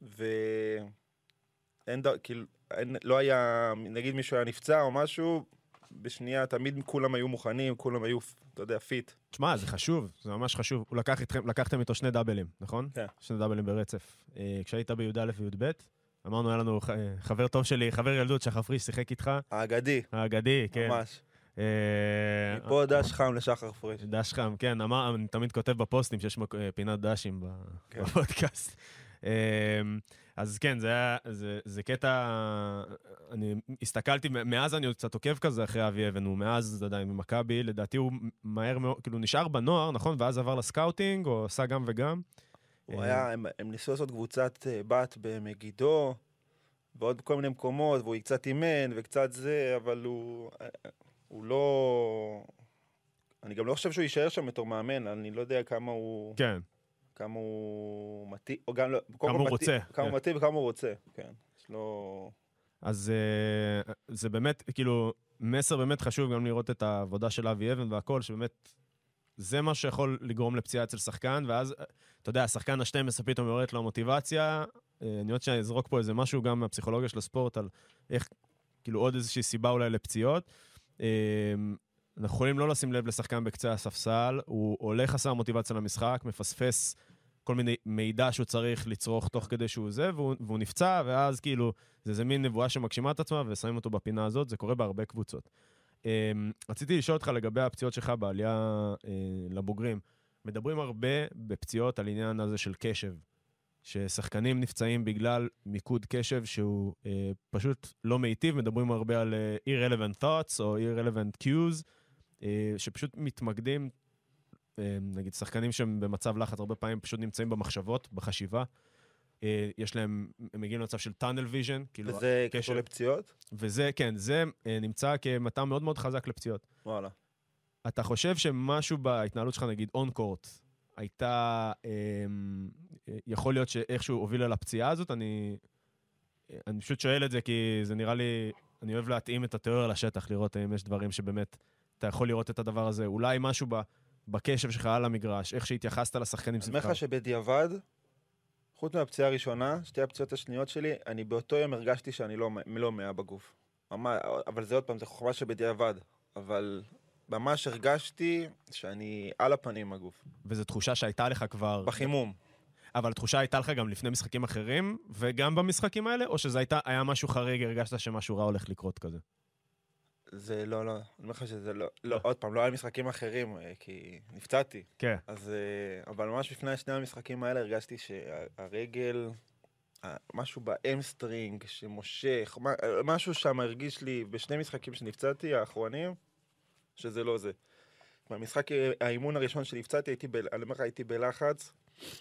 ואין ד... כאילו, אין... לא היה, נגיד מישהו היה נפצע או משהו, בשנייה, תמיד כולם היו מוכנים, כולם היו, אתה יודע, פיט. תשמע, זה חשוב, זה ממש חשוב. הוא לקח איתכם, לקחתם איתו שני דאבלים, נכון? כן. שני דאבלים ברצף. כשהיית בי"א וי"ב, אמרנו, היה לנו חבר טוב שלי, חבר ילדות, שחר פריש, שיחק איתך. האגדי. האגדי, כן. ממש. מפה דש חם לשחר פריש. דש חם, כן. אמר, אני תמיד כותב בפוסטים שיש פינת דשים בפודקאסט. אז כן, זה היה, זה, זה קטע, אני הסתכלתי, מאז אני עוד קצת עוקב כזה אחרי אבי אבן, הוא מאז עדיין במכבי, לדעתי הוא מהר מאוד, כאילו נשאר בנוער, נכון? ואז עבר לסקאוטינג, או עשה גם וגם. הוא היה, הם, הם ניסו לעשות קבוצת בת במגידו, ועוד בכל מיני מקומות, והוא קצת אימן וקצת זה, אבל הוא, הוא לא, אני גם לא חושב שהוא יישאר שם בתור מאמן, אני לא יודע כמה הוא... כן. כמה הוא מתאים, או גם לא... כמה הוא רוצה. כמה הוא מתאים וכמה הוא רוצה, כן. יש לו... אז זה באמת, כאילו, מסר באמת חשוב גם לראות את העבודה של אבי אבן והכל, שבאמת זה מה שיכול לגרום לפציעה אצל שחקן, ואז, אתה יודע, השחקן ה-שתים עשרה פתאום יורדת לו המוטיבציה, אני עוד שאני אזרוק פה איזה משהו גם מהפסיכולוגיה של הספורט, על איך, כאילו, עוד איזושהי סיבה אולי לפציעות. אנחנו יכולים לא לשים לב לשחקן בקצה הספסל, הוא הולך חסר מוטיבציה למשחק, מפספס כל מיני מידע שהוא צריך לצרוך תוך כדי שהוא זה, והוא, והוא נפצע, ואז כאילו, זה איזה מין נבואה שמגשימה את עצמה, ושמים אותו בפינה הזאת, זה קורה בהרבה קבוצות. רציתי לשאול אותך לגבי הפציעות שלך בעלייה לבוגרים. מדברים הרבה בפציעות על עניין הזה של קשב, ששחקנים נפצעים בגלל מיקוד קשב שהוא פשוט לא מיטיב, מדברים הרבה על irrelevant thoughts או irrelevant cues, שפשוט מתמקדים, נגיד שחקנים שהם במצב לחץ הרבה פעמים פשוט נמצאים במחשבות, בחשיבה, יש להם, הם מגיעים למצב של tunnel vision, כאילו וזה קשור לפציעות? וזה, כן, זה נמצא כמטע מאוד מאוד חזק לפציעות. וואלה. אתה חושב שמשהו בהתנהלות שלך, נגיד on court, הייתה, יכול להיות שאיכשהו הובילה לפציעה הזאת, אני, אני פשוט שואל את זה כי זה נראה לי, אני אוהב להתאים את התיאוריה לשטח, לראות אם יש דברים שבאמת אתה יכול לראות את הדבר הזה, אולי משהו בקשב שלך על המגרש, איך שהתייחסת לשחקנים סביבך. אני אומר לך שבדיעבד, חוץ מהפציעה הראשונה, שתי הפציעות השניות שלי, אני באותו יום הרגשתי שאני לא, לא מאה בגוף. אבל זה עוד פעם, זה חוכמה שבדיעבד. אבל ממש הרגשתי שאני על הפנים בגוף. וזו תחושה שהייתה לך כבר... בחימום. אבל התחושה הייתה לך גם לפני משחקים אחרים, וגם במשחקים האלה, או שזה הייתה, היה משהו חריג, הרגשת שמשהו רע הולך לקרות כזה? זה לא, לא, אני אומר לך שזה לא, לא, עוד פעם, לא היה משחקים אחרים, כי נפצעתי. כן. אז, אבל ממש לפני שני המשחקים האלה הרגשתי שהרגל, משהו באמסטרינג שמושך, משהו שם הרגיש לי בשני משחקים שנפצעתי, האחרונים, שזה לא זה. במשחק האימון הראשון שנפצעתי, הייתי, ב, אני אומר לך, הייתי בלחץ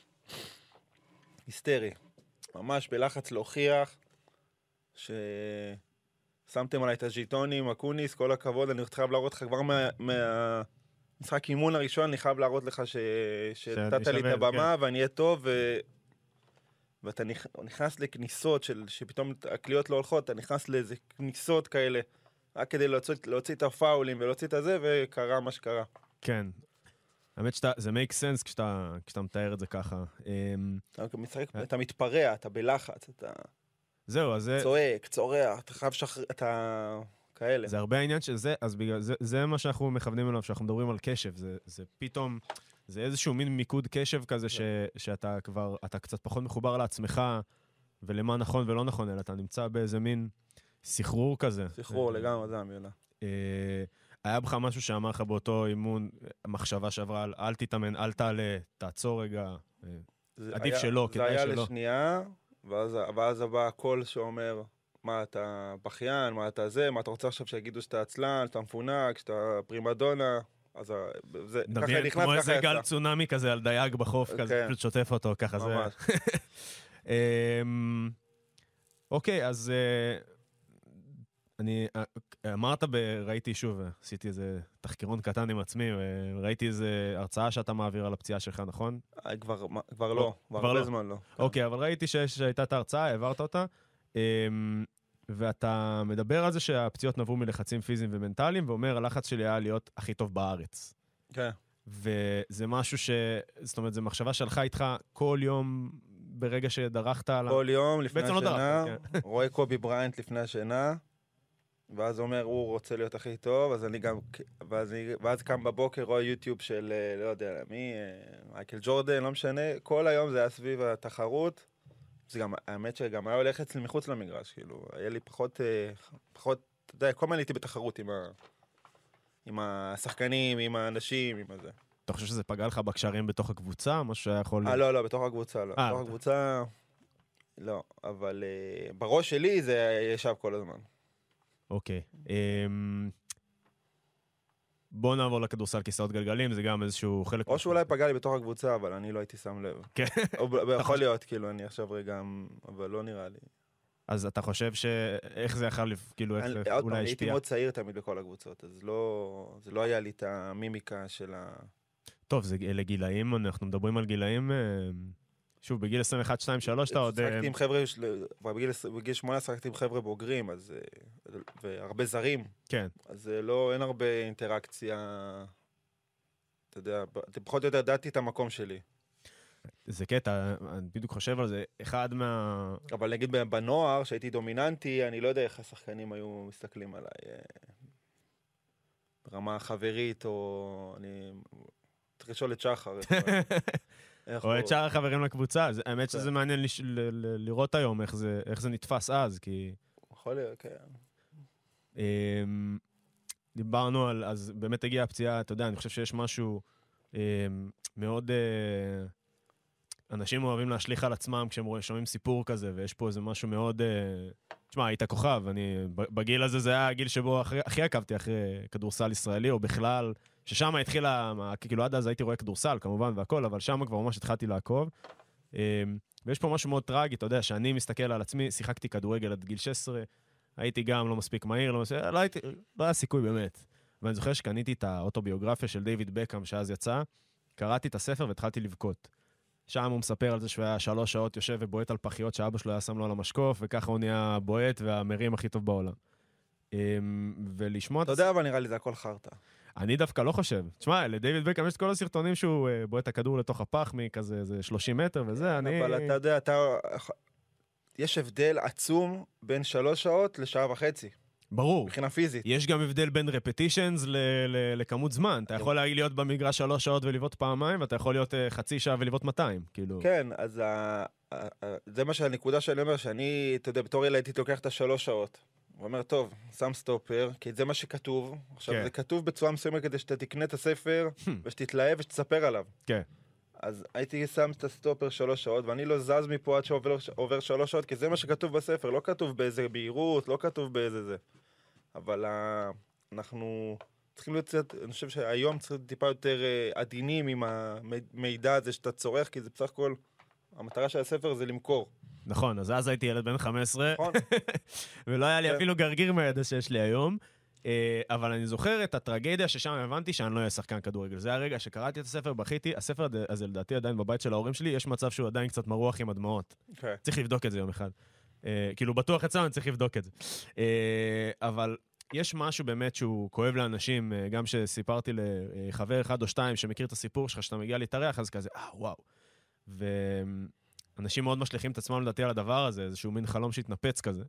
היסטרי. ממש בלחץ להוכיח ש... שמתם עליי את הז'יטונים, אקוניס, כל הכבוד, אני חייב להראות לך כבר מהמשחק מה... אימון הראשון, אני חייב להראות לך ש... שנתת לי את הבמה, כן. ואני אהיה טוב, ו... ואתה נכנס לכניסות של, שפתאום הקליות לא הולכות, אתה נכנס לאיזה כניסות כאלה, רק כדי להוציא, להוציא את הפאולים ולהוציא את הזה, וקרה מה שקרה. כן. האמת שזה make sense כשאתה, כשאתה מתאר את זה ככה. אתה משחק, אתה מתפרע, אתה בלחץ, אתה... זהו, אז זה... צועק, צורח, אתה חייב שחרר, אתה... כאלה. זה הרבה העניין של זה, אז בגלל זה, זה מה שאנחנו מכוונים אליו, שאנחנו מדברים על קשב. זה, זה פתאום, זה איזשהו מין מיקוד קשב כזה, ש, שאתה כבר, אתה קצת פחות מחובר לעצמך, ולמה נכון ולא נכון, אלא אתה נמצא באיזה מין סחרור כזה. סחרור, לגמרי, זה המילה. היה בך משהו שאמר לך באותו אימון, המחשבה שעברה על אל תתאמן, אל תעלה, תעצור רגע, עדיף שלא, כדאי שלא. זה היה לשנייה, ואז, ואז הבא הקול שאומר, מה אתה בכיין, מה אתה זה, מה אתה רוצה עכשיו שיגידו שאתה עצלן, שאתה מפונק, שאתה פרימדונה, אז זה, ככה נכנס, ככה יצא. כמו איזה גל צונמי כזה על דייג בחוף, כזה, פשוט שוטף אותו, ככה זה. ממש. אוקיי, אז אני, אמרת, ראיתי שוב, עשיתי איזה תחקירון קטן עם עצמי, ראיתי איזה הרצאה שאתה מעביר על הפציעה שלך, נכון? כבר לא, כבר הרבה זמן לא. אוקיי, אבל ראיתי שהייתה את ההרצאה, העברת אותה, ואתה מדבר על זה שהפציעות נבעו מלחצים פיזיים ומנטליים, ואומר, הלחץ שלי היה להיות הכי טוב בארץ. כן. וזה משהו ש... זאת אומרת, זו מחשבה שהלכה איתך כל יום ברגע שדרכת על... כל יום לפני השינה, לא רואה קובי בריינט לפני השינה, ואז אומר, הוא רוצה להיות הכי טוב, אז אני גם... ואז, ואז קם בבוקר, רואה יוטיוב של, לא יודע מי, מייקל ג'ורדן, לא משנה, כל היום זה היה סביב התחרות, זה גם, האמת שגם היה הולך אצלי מחוץ למגרש, כאילו, היה לי פחות, פחות, אתה יודע, כל הזמן הייתי בתחרות עם, ה, עם השחקנים, עם האנשים, עם הזה. אתה חושב שזה פגע לך בקשרים בתוך הקבוצה? משהו שהיה יכול... אה, לא, לא, בתוך הקבוצה, לא. בתוך הקבוצה, לא, אבל בראש שלי זה ישב כל הזמן. אוקיי. בוא נעבור לכדורסל כיסאות גלגלים, זה גם איזשהו חלק... או שאולי פגע לי בתוך הקבוצה, אבל אני לא הייתי שם לב. כן. יכול להיות, כאילו, אני עכשיו רגע, אבל לא נראה לי. אז אתה חושב שאיך זה יכול, כאילו, איך זה אולי השפיע? הייתי מאוד צעיר תמיד בכל הקבוצות, אז זה לא היה לי את המימיקה של ה... טוב, זה לגילאים, אנחנו מדברים על גילאים... שוב, בגיל עשרים ואחת, שתיים, שלוש, אתה עוד... שחקתי עם חבר'ה, בגיל שמונה עשרה שחקתי עם חבר'ה בוגרים, והרבה זרים. כן. אז לא, אין הרבה אינטראקציה, אתה יודע, פחות או יותר ידעתי את המקום שלי. זה קטע, אני בדיוק חושב על זה, אחד מה... אבל נגיד בנוער, שהייתי דומיננטי, אני לא יודע איך השחקנים היו מסתכלים עליי. ברמה חברית, או... אני... צריך לשאול את שחר. או את שאר החברים לקבוצה, האמת שזה מעניין לראות היום איך זה נתפס אז, כי... יכול להיות, כן. דיברנו על, אז באמת הגיעה הפציעה, אתה יודע, אני חושב שיש משהו מאוד... אנשים אוהבים להשליך על עצמם כשהם שומעים סיפור כזה, ויש פה איזה משהו מאוד... תשמע, היית כוכב, אני... בגיל הזה זה היה הגיל שבו הכי עקבתי אחרי כדורסל ישראלי, או בכלל... ששם התחילה, כאילו עד אז הייתי רואה כדורסל כמובן והכל, אבל שם כבר ממש התחלתי לעקוב. ויש פה משהו מאוד טרגי, אתה יודע, שאני מסתכל על עצמי, שיחקתי כדורגל עד גיל שש עשרה, הייתי גם לא מספיק מהיר, לא מספיק, לא הייתי, לא היה סיכוי באמת. ואני זוכר שקניתי את האוטוביוגרפיה של דיוויד בקאם שאז יצא, קראתי את הספר והתחלתי לבכות. שם הוא מספר על זה שהוא היה שלוש שעות יושב ובועט על פחיות שאבא שלו היה שם לו על המשקוף, וככה הוא נהיה בועט והמרים הכי טוב בעולם. ולשמוע... אתה יודע, אבל נראה לי זה הכל חרטה. אני דווקא לא חושב. תשמע, לדיוויד בקאם יש את כל הסרטונים שהוא בועט את הכדור לתוך הפח מכזה איזה שלושים מטר וזה, אני... אבל אתה יודע, אתה... יש הבדל עצום בין שלוש שעות לשעה וחצי. ברור. מבחינה פיזית. יש גם הבדל בין רפטישנס לכמות זמן. אתה יכול להיות במגרש שלוש שעות ולבעוט פעמיים, ואתה יכול להיות חצי שעה ולבעוט מאתיים, כאילו. כן, אז זה מה שהנקודה שאני אומר, שאני, אתה יודע, בתור ילד הייתי לוקח את השלוש שעות. הוא אומר, טוב, שם סטופר, כי זה מה שכתוב. עכשיו, זה כתוב בצורה מסוימת כדי שאתה תקנה את הספר, ושתתלהב ושתספר עליו. כן. אז הייתי שם את הסטופר שלוש שעות, ואני לא זז מפה עד שעובר שלוש שעות, כי זה מה שכתוב בספר, לא כתוב באיזה בהירות, לא כתוב באיזה זה. אבל אנחנו צריכים להיות קצת, אני חושב שהיום צריכים טיפה יותר עדינים עם המידע הזה שאתה צורך, כי זה בסך הכל, המטרה של הספר זה למכור. נכון, אז אז הייתי ילד בן חמש עשרה, ולא היה לי אפילו גרגיר מהידע שיש לי היום. אבל אני זוכר את הטרגדיה ששם הבנתי שאני לא אהיה שחקן כדורגל. זה הרגע שקראתי את הספר, בכיתי, הספר הזה לדעתי עדיין בבית של ההורים שלי, יש מצב שהוא עדיין קצת מרוח עם הדמעות. צריך לבדוק את זה יום אחד. כאילו בטוח אצלנו אני צריך לבדוק את זה. אבל יש משהו באמת שהוא כואב לאנשים, גם שסיפרתי לחבר אחד או שתיים שמכיר את הסיפור שלך, שאתה מגיע להתארח, אז כזה, אה, וואו. ואנשים מאוד משליחים את עצמם לדעתי על הדבר הזה, איזשהו מין חלום שהתנפץ כזה.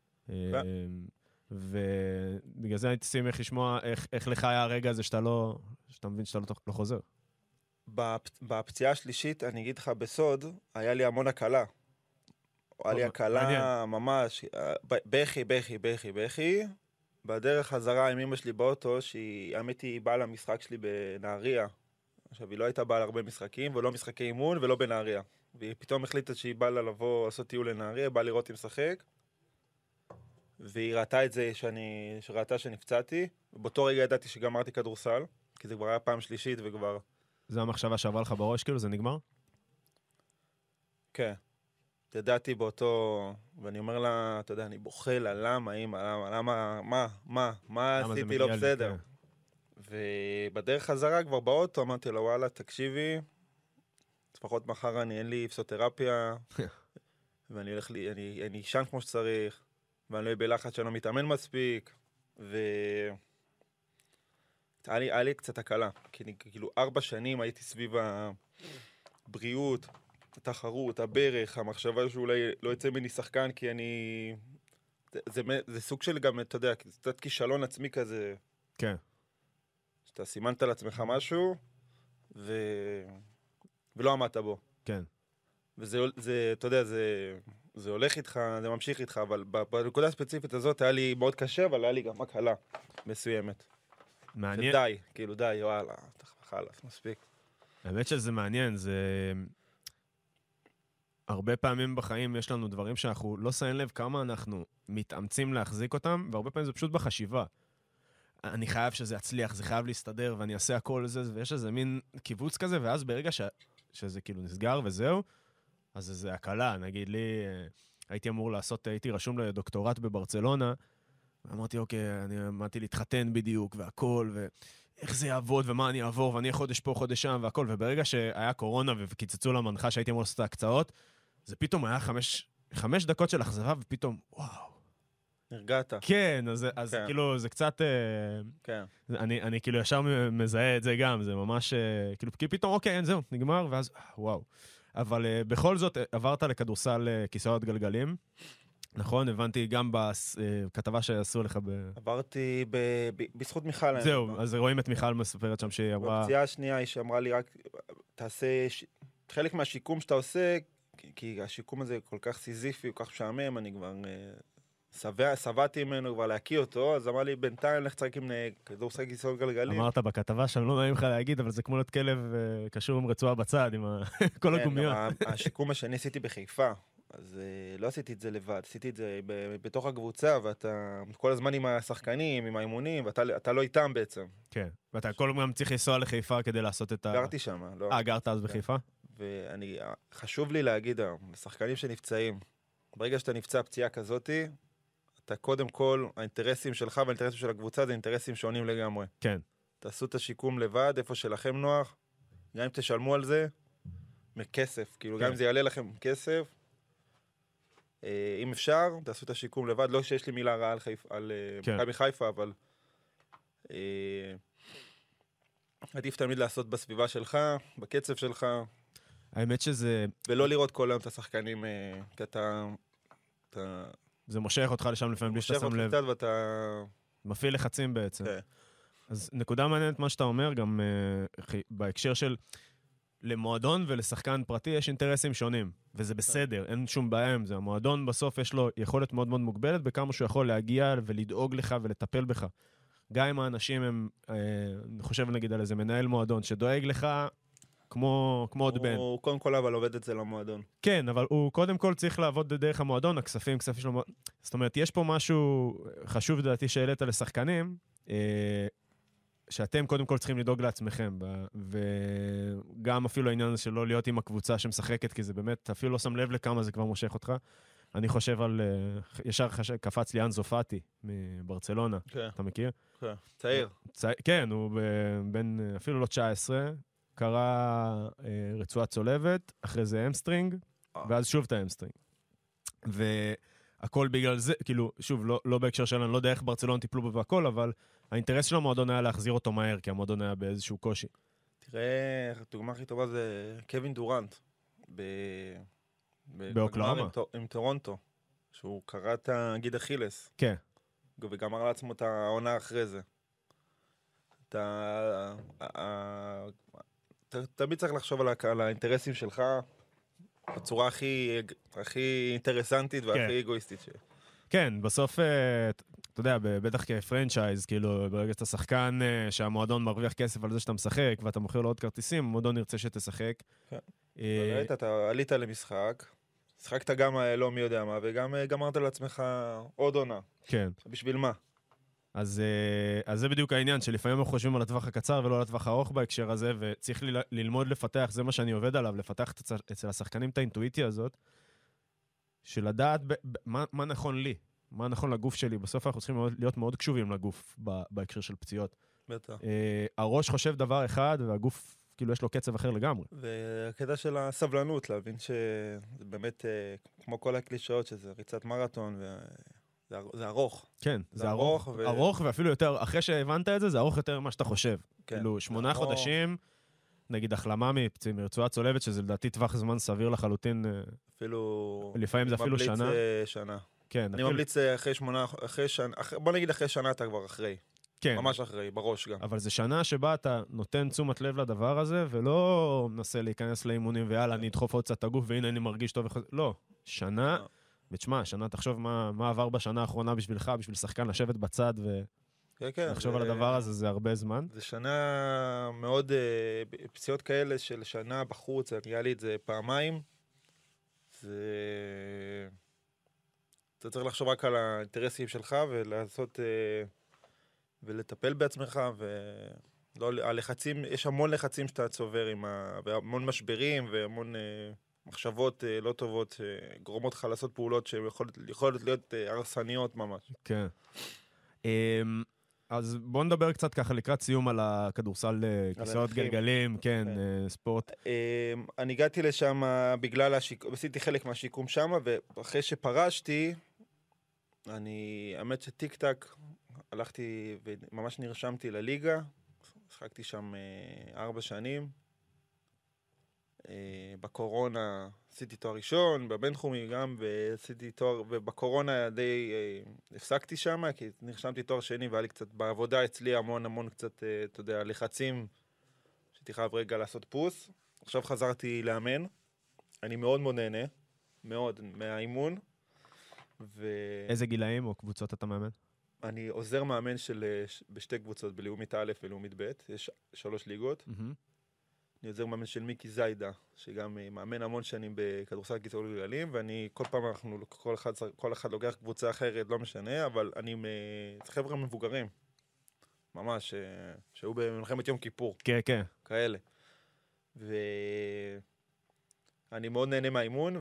ובגלל זה הייתי שמח לשמוע איך, איך לך היה הרגע הזה שאתה לא, שאתה מבין שאתה לא, לא חוזר. בפציעה השלישית, אני אגיד לך בסוד, היה לי המון הקלה. היה לי הקלה ממש, בכי, בכי, בכי, בכי. בדרך חזרה עם אמא שלי באוטו, שהיא, האמת היא באה למשחק שלי בנהריה. עכשיו, היא לא הייתה באה להרבה משחקים, ולא משחקי אימון, ולא בנהריה. והיא פתאום החליטה שהיא באה לבוא, לעשות טיול לנהריה, באה לראות אם משחק. והיא ראתה את זה שאני, שראתה שנפצעתי. באותו רגע ידעתי שגמרתי כדורסל, כי זה כבר היה פעם שלישית וכבר... זה המחשבה שעברה לך בראש, כאילו, זה נגמר? כן. ידעתי באותו... ואני אומר לה, אתה יודע, אני בוכה לה, למה, אמא, למה, למה, מה, מה, מה עשיתי לא בסדר? ובדרך חזרה כבר באוטו, אמרתי לה, וואלה, תקשיבי, לפחות מחר אני, אין לי פסיכותרפיה, ואני הולך לי, אני, אני אשן כמו שצריך, ואני לא אהיה בלחץ שאני לא מתאמן מספיק, ו... היה לי, היה לי קצת הקלה, כי אני, כאילו ארבע שנים הייתי סביב הבריאות, התחרות, הברך, המחשבה שאולי לא יצא ממני שחקן, כי אני... זה, זה, זה סוג של גם, אתה יודע, זה קצת כישלון עצמי כזה. כן. שאתה סימנת על עצמך משהו, ו... ולא עמדת בו. כן. וזה, זה, אתה יודע, זה, זה הולך איתך, זה ממשיך איתך, אבל בנקודה הספציפית הזאת היה לי מאוד קשה, אבל היה לי גם הקלה מסוימת. מעניין. די, כאילו די, וואלה, חלף, מספיק. האמת שזה מעניין, זה... הרבה פעמים בחיים יש לנו דברים שאנחנו לא שמים לב כמה אנחנו מתאמצים להחזיק אותם, והרבה פעמים זה פשוט בחשיבה. אני חייב שזה יצליח, זה חייב להסתדר, ואני אעשה הכל זה, ויש איזה מין קיבוץ כזה, ואז ברגע ש... שזה כאילו נסגר וזהו, אז זה הקלה. נגיד לי, הייתי אמור לעשות, הייתי רשום לדוקטורט בברצלונה, ואמרתי, אוקיי, אני אמרתי להתחתן בדיוק, והכל, ואיך זה יעבוד, ומה אני אעבור, ואני חודש פה, חודש שם, והכל, וברגע שהיה קורונה, וקיצצו למנחה שהייתי אמור לעשות את ההקצאות, זה פתאום היה חמש, חמש דקות של אכזבה, ופתאום, וואו. נרגעת. כן, אז, אז כן. כאילו, זה קצת... כן. אני, אני כאילו ישר מזהה את זה גם, זה ממש... כאילו, כי פתאום, אוקיי, אין, זהו, נגמר, ואז, וואו. אבל בכל זאת, עברת לכדורסל כיסאות גלגלים, נכון? הבנתי גם בכתבה שעשו לך ב... עברתי ב... ב... בזכות מיכל. זהו, אז רואים את מיכל מספרת שם שהיא אמרה... בפציעה השנייה היא שאמרה לי רק, תעשה... ש... חלק מהשיקום שאתה עושה, כי השיקום הזה כל כך סיזיפי, כל כך משעמם, אני כבר שבע, שבעתי ממנו כבר להקיא אותו, אז אמר לי, בינתיים לך צריך עם כדורסל כיסאות גלגלים. אמרת בכתבה שאני לא נעים לך להגיד, אבל זה כמו להיות כלב קשור עם רצועה בצד, עם כל הגומיות. השיקום השני עשיתי בחיפה, אז לא עשיתי את זה לבד, עשיתי את זה בתוך הקבוצה, ואתה כל הזמן עם השחקנים, עם האימונים, ואתה לא איתם בעצם. כן, ואתה כל הזמן צריך לנסוע לחיפה כדי לעשות את ה... גרתי שם. אה, גרת אז בחיפה? ואני, חשוב לי להגיד, לשחקנים שנפצעים, ברגע שאתה נפצע פציעה כזאתי, אתה קודם כל, האינטרסים שלך והאינטרסים של הקבוצה זה אינטרסים שונים לגמרי. כן. תעשו את השיקום לבד, איפה שלכם נוח, גם אם תשלמו על זה, מכסף, כאילו כן. גם אם זה יעלה לכם כסף, אה, אם אפשר, תעשו את השיקום לבד, לא שיש לי מילה רעה על, חיפ, על כן. מכבי חיפה, אבל אה, עדיף תמיד לעשות בסביבה שלך, בקצב שלך. האמת שזה... ולא לראות כל היום את השחקנים, אה, כי אתה... אתה... זה מושך אותך לשם לפעמים בלי שאתה שם לב. ואתה... מפעיל לחצים בעצם. כן. אז נקודה מעניינת מה שאתה אומר, גם uh, בהקשר של למועדון ולשחקן פרטי יש אינטרסים שונים, וזה בסדר, אין שום בעיה עם זה. המועדון בסוף יש לו יכולת מאוד מאוד מוגבלת, בכמה שהוא יכול להגיע ולדאוג לך ולטפל בך. גם אם האנשים הם, אה, אני חושב נגיד על איזה מנהל מועדון, שדואג לך כמו, כמו עוד בן. הוא קודם כל אבל עובד את זה למועדון. כן, אבל הוא קודם כל צריך לעבוד דרך המועדון, הכספים, כספים של המועדון. זאת אומרת, יש פה משהו חשוב לדעתי שהעלית לשחקנים, אה, שאתם קודם כל צריכים לדאוג לעצמכם, וגם אפילו העניין הזה שלא להיות עם הקבוצה שמשחקת, כי זה באמת, אפילו לא שם לב לכמה זה כבר מושך אותך. אני חושב על... ישר קפץ לי אנזו פאטי מברצלונה. אתה מכיר? כן. צעיר. כן, הוא בן אפילו לא תשע עשרה, קרא רצועת צולבת, אחרי זה אמסטרינג, ואז שוב את האמסטרינג. והכל בגלל זה, כאילו, שוב, לא, לא בהקשר שלנו, לא יודע איך ברצלונה טיפלו בו והכל, אבל האינטרס של המועדון היה להחזיר אותו מהר, כי המועדון היה באיזשהו קושי. תראה, הדוגמה הכי טובה זה קווין דורנט, ב... באוקלהומה. עם, עם טורונטו, שהוא קרא את הגיד אכילס. כן. וגמר לעצמו את העונה אחרי זה. אתה... תמיד צריך לחשוב על האינטרסים שלך, בצורה הכי, הכי אינטרסנטית והכי אגואיסטית שלי. כן, בסוף, אתה יודע, בטח כפרנצ'ייז, כאילו, ברגע שאתה שחקן שהמועדון מרוויח כסף על זה שאתה משחק, ואתה מוכר לו עוד כרטיסים, המועדון ירצה שתשחק. כן. ראית, אתה עלית למשחק, שחקת גם לא מי יודע מה, וגם גמרת לעצמך עוד עונה. כן. בשביל מה? אז, אז זה בדיוק העניין, שלפעמים אנחנו חושבים על הטווח הקצר ולא על הטווח הארוך בהקשר הזה, וצריך ל- ללמוד לפתח, זה מה שאני עובד עליו, לפתח אצל השחקנים את האינטואיציה הזאת, של לדעת ב- ב- מה, מה נכון לי, מה נכון לגוף שלי. בסוף אנחנו צריכים להיות מאוד קשובים לגוף ב- בהקשר של פציעות. בטח. הראש חושב דבר אחד, והגוף, כאילו, יש לו קצב אחר לגמרי. והקטע של הסבלנות, להבין שזה באמת, כמו כל הקלישאות, שזה ריצת מרתון, ו... זה, זה ארוך. כן, זה, זה ארוך. ארוך, ו... ארוך ואפילו יותר, אחרי שהבנת את זה, זה ארוך יותר ממה שאתה חושב. כן. כאילו, שמונה ארוך. חודשים, נגיד החלמה מרצועה צולבת, שזה לדעתי טווח זמן סביר לחלוטין. אפילו... לפעמים זה אפילו שנה. ממליץ שנה. כן. אני אפילו... ממליץ אחרי שמונה, אחרי שנה, אחרי... בוא נגיד אחרי שנה אתה כבר אחרי. כן. ממש אחרי, בראש גם. אבל זה שנה שבה אתה נותן תשומת לב לדבר הזה, ולא מנסה להיכנס לאימונים, ויאללה, אני אדחוף עוד קצת את הגוף, והנה אני מרגיש טוב. וחוז... לא, שנה... ותשמע, שנה, תחשוב מה, מה עבר בשנה האחרונה בשבילך, בשביל שחקן לשבת בצד ולחשוב כן, על זה... הדבר הזה, זה הרבה זמן. זה שנה מאוד, פציעות כאלה של שנה בחוץ, נראה לי את זה פעמיים. זה... אתה צריך לחשוב רק על האינטרסים שלך ולעשות, ולטפל בעצמך, ולא, הלחצים, יש המון לחצים שאתה צובר עם ה... והמון משברים והמון... מחשבות לא טובות, גורמות לך לעשות פעולות שיכולות להיות הרסניות ממש. כן. אז בוא נדבר קצת ככה לקראת סיום על הכדורסל כיסאות גלגלים, כן, ספורט. אני הגעתי לשם בגלל השיקום, עשיתי חלק מהשיקום שם, ואחרי שפרשתי, אני, האמת שטיק טק, הלכתי וממש נרשמתי לליגה, שחקתי שם ארבע שנים, בקורונה עשיתי תואר ראשון, בבינתחומי גם, ועשיתי תואר, ובקורונה די הפסקתי שם, כי נרשמתי תואר שני, והיה לי קצת בעבודה אצלי המון המון קצת, אתה יודע, לחצים, שהייתי חייב רגע לעשות פוס. עכשיו חזרתי לאמן, אני מאוד מאוד נהנה, מאוד, מהאימון. ו... איזה גילאים או קבוצות אתה מאמן? אני עוזר מאמן של, בשתי קבוצות, בלאומית א' ולאומית ב', יש שלוש ליגות. Mm-hmm. אני עוזר מאמן של מיקי זיידה, שגם מאמן המון שנים בכדורסל כיסאות גלגלים, ואני כל פעם אנחנו, כל אחד, כל אחד לוקח קבוצה אחרת, לא משנה, אבל אני, זה חבר'ה מבוגרים, ממש, שהיו במלחמת יום כיפור. כן, כן. כאלה. ואני מאוד נהנה מהאימון,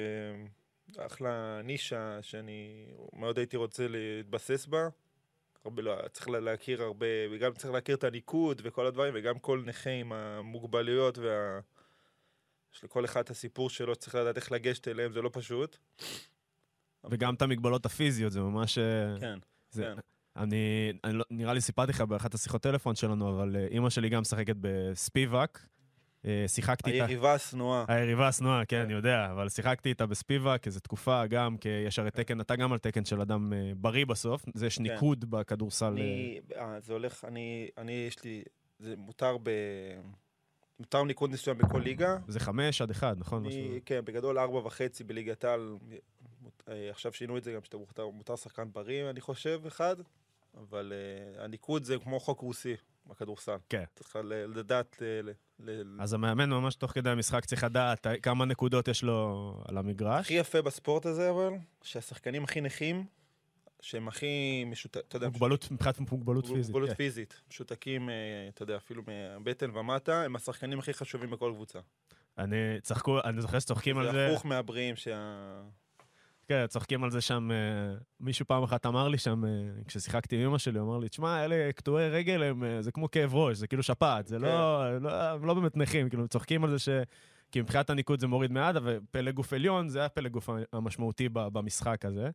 ואחלה נישה שאני מאוד הייתי רוצה להתבסס בה. הרבה, לא, צריך להכיר הרבה, וגם צריך להכיר את הניקוד וכל הדברים, וגם כל נכה עם המוגבלויות, וה... יש לכל אחד את הסיפור שלו, צריך לדעת איך לגשת אליהם, זה לא פשוט. וגם את המגבלות הפיזיות, זה ממש... כן, זה... כן. אני, אני לא, נראה לי סיפרתי לך באחת השיחות טלפון שלנו, אבל אמא שלי גם משחקת בספיבק, שיחקתי איתה... היריבה הסנועה. היריבה הסנועה, כן, אני יודע, אבל שיחקתי איתה בספיבק, איזו תקופה גם, כי יש הרי תקן, אתה גם על תקן של אדם בריא בסוף, זה יש ניקוד בכדורסל. אני, זה הולך, אני, אני, יש לי, זה מותר ב... מותר ניקוד מסוים בכל ליגה. זה חמש עד אחד, נכון? אני, כן, בגדול ארבע וחצי בליגת העל, עכשיו שינו את זה גם שאתה מותר, מותר שחקן בריא, אני חושב, אחד, אבל uh, הניקוד זה כמו חוק רוסי בכדורסל. כן. צריך לדעת... ל, ל, אז המאמן ממש תוך כדי המשחק צריך לדעת כמה נקודות יש לו על המגרש. הכי יפה בספורט הזה, אבל, שהשחקנים הכי נכים, שהם הכי משותקים, אתה יודע... מוגבלות, מבחינת מוגבלות פיזית. מוגבלות פיזית. משותקים, אתה יודע, אפילו מבטן ומטה, הם השחקנים הכי חשובים בכל קבוצה. אני צחקו, אני זוכר שצוחקים על זה. זה הפוך מהבריאים שה... כן, צוחקים על זה שם, מישהו פעם אחת אמר לי שם, כששיחקתי עם אמא שלי, הוא אמר לי, תשמע, אלה קטועי רגל, זה כמו כאב ראש, זה כאילו שפעת, זה לא, הם לא באמת נכים, כאילו, צוחקים על זה ש... כי מבחינת הניקוד זה מוריד מעד, אבל פלג גוף עליון, זה הפלג גוף המשמעותי במשחק הזה.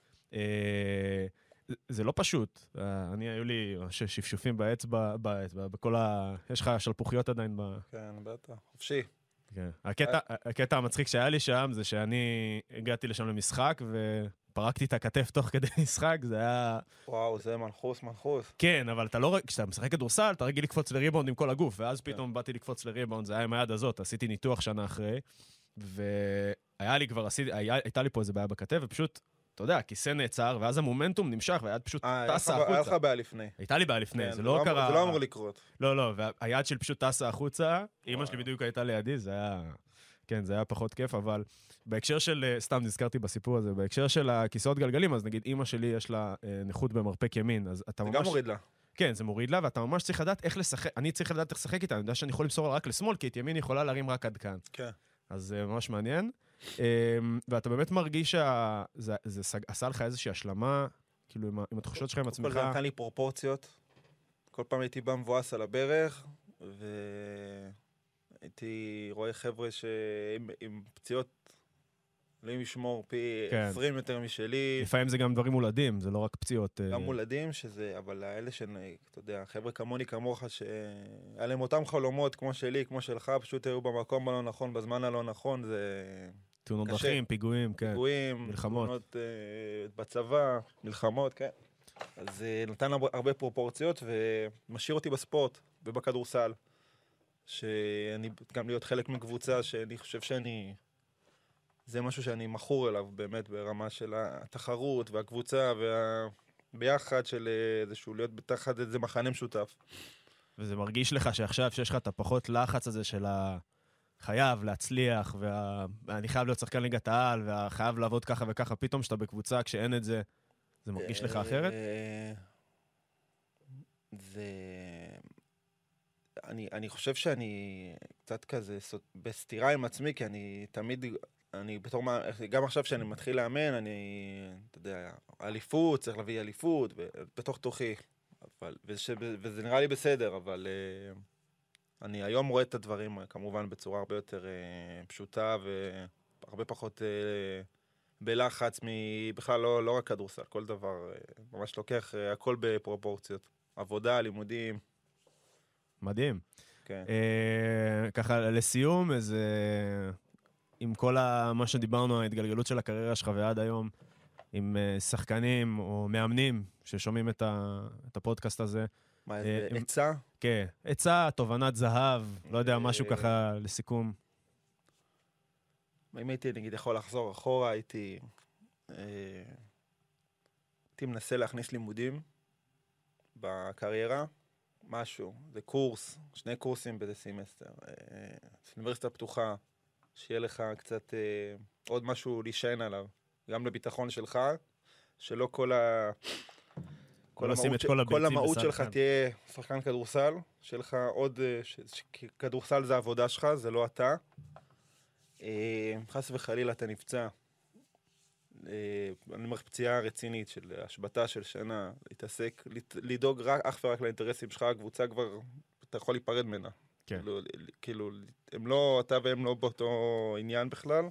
זה לא פשוט. אני, היו לי שפשופים באצבע, בכל ה... יש לך שלפוחיות עדיין ב... כן, בטח, חופשי. הקטע המצחיק שהיה לי שם, זה שאני הגעתי לשם למשחק, ופרקתי את הכתף תוך כדי משחק, זה היה... וואו, זה מנחוס, מנחוס. כן, אבל אתה לא... כשאתה משחק כדורסל, אתה רגיל לקפוץ לריבאונד עם כל הגוף, ואז פתאום באתי לקפוץ לריבאונד, זה היה עם היד הזאת, עשיתי ניתוח שנה אחרי, והיה לי כבר, הייתה לי פה איזה בעיה בכתף, ופשוט, אתה יודע, הכיסא נעצר, ואז המומנטום נמשך, והיד פשוט טסה החוצה. היה לך בעיה לפני. הייתה לי בעיה לפני, זה לא קרה... זה לא אמור לקרות. לא, לא, והיד שלי פשוט טסה החוצה, אמא שלי בדיוק הייתה לידי, זה היה... כן, זה היה פחות כיף, אבל בהקשר של, סתם נזכרתי בסיפור הזה, בהקשר של הכיסאות גלגלים, אז נגיד, אמא שלי יש לה נכות במרפק ימין, אז אתה ממש... זה גם מוריד לה. כן, זה מוריד לה, ואתה ממש צריך לדעת איך לשחק, אני צריך לדעת איך לשחק איתה, אני יודע שאני יכול למסור רק לשמאל, כי את ימין יכולה להרים רק עד כאן. כן. אז זה ממש מעניין. ואתה באמת מרגיש שזה עשה לך איזושהי השלמה, כאילו עם התחושות שלך, עם עצמך. כל זה נתן לי פרופורציות. כל פעם הייתי בא מבואס על הברך, והייתי רואה חבר'ה שעם פציעות, יכולים לשמור פי עשרים יותר משלי. לפעמים זה גם דברים מולדים, זה לא רק פציעות. גם מולדים, שזה, אבל האלה שאתה יודע, חבר'ה כמוני כמוך, שהיה להם אותם חלומות כמו שלי, כמו שלך, פשוט היו במקום הלא נכון, בזמן הלא נכון, זה תאונות דרכים, פיגועים, כן. פיגועים, מלחמות. תאונות בצבא, מלחמות, כן. אז זה נתן הרבה פרופורציות, ומשאיר אותי בספורט ובכדורסל, שאני גם להיות חלק מקבוצה, שאני חושב שאני... זה משהו שאני מכור אליו באמת ברמה של התחרות והקבוצה והביחד של איזשהו להיות בתחת איזה מחנה משותף. וזה מרגיש לך שעכשיו שיש לך את הפחות לחץ הזה של החייב להצליח, ואני חייב להיות שחקן ליגת העל, והחייב לעבוד ככה וככה, פתאום שאתה בקבוצה, כשאין את זה, זה מרגיש לך אחרת? זה... אני, אני חושב שאני קצת כזה בסתירה עם עצמי, כי אני תמיד... אני בתור מה, גם עכשיו שאני מתחיל לאמן, אני, אתה יודע, אליפות, צריך להביא אליפות, בתוך תוכי, אבל, וזה, וזה נראה לי בסדר, אבל uh, אני היום רואה את הדברים, כמובן, בצורה הרבה יותר uh, פשוטה, והרבה פחות uh, בלחץ, בכלל לא, לא רק כדורסל, כל דבר, uh, ממש לוקח uh, הכל בפרופורציות, עבודה, לימודים. מדהים. כן. Uh, ככה, לסיום, איזה... עם כל מה שדיברנו, ההתגלגלות של הקריירה שלך ועד היום, עם שחקנים או מאמנים ששומעים את, ה, את הפודקאסט הזה. מה, איזה עצה? כן, עצה, תובנת זהב, לא יודע, משהו ככה לסיכום. אם הייתי, נגיד, יכול לחזור אחורה, הייתי... הייתי מנסה להכניס לימודים בקריירה, משהו, זה קורס, שני קורסים באיזה סמסטר, אוניברסיטה פתוחה, שיהיה לך קצת אה, עוד משהו להישען עליו, גם לביטחון שלך, שלא כל ה... כל המהות, ש... כל כל המהות שלך כאן. תהיה שחקן כדורסל, שיהיה לך עוד... ש... ש... כדורסל זה העבודה שלך, זה לא אתה. אה, חס וחלילה אתה נפצע. אה, אני אומר פציעה רצינית של השבטה של שנה, להתעסק, לדאוג רק, אך ורק לאינטרסים שלך, הקבוצה כבר, אתה יכול להיפרד ממנה. כן. כאילו, כאילו, הם לא, אתה והם לא באותו עניין בכלל.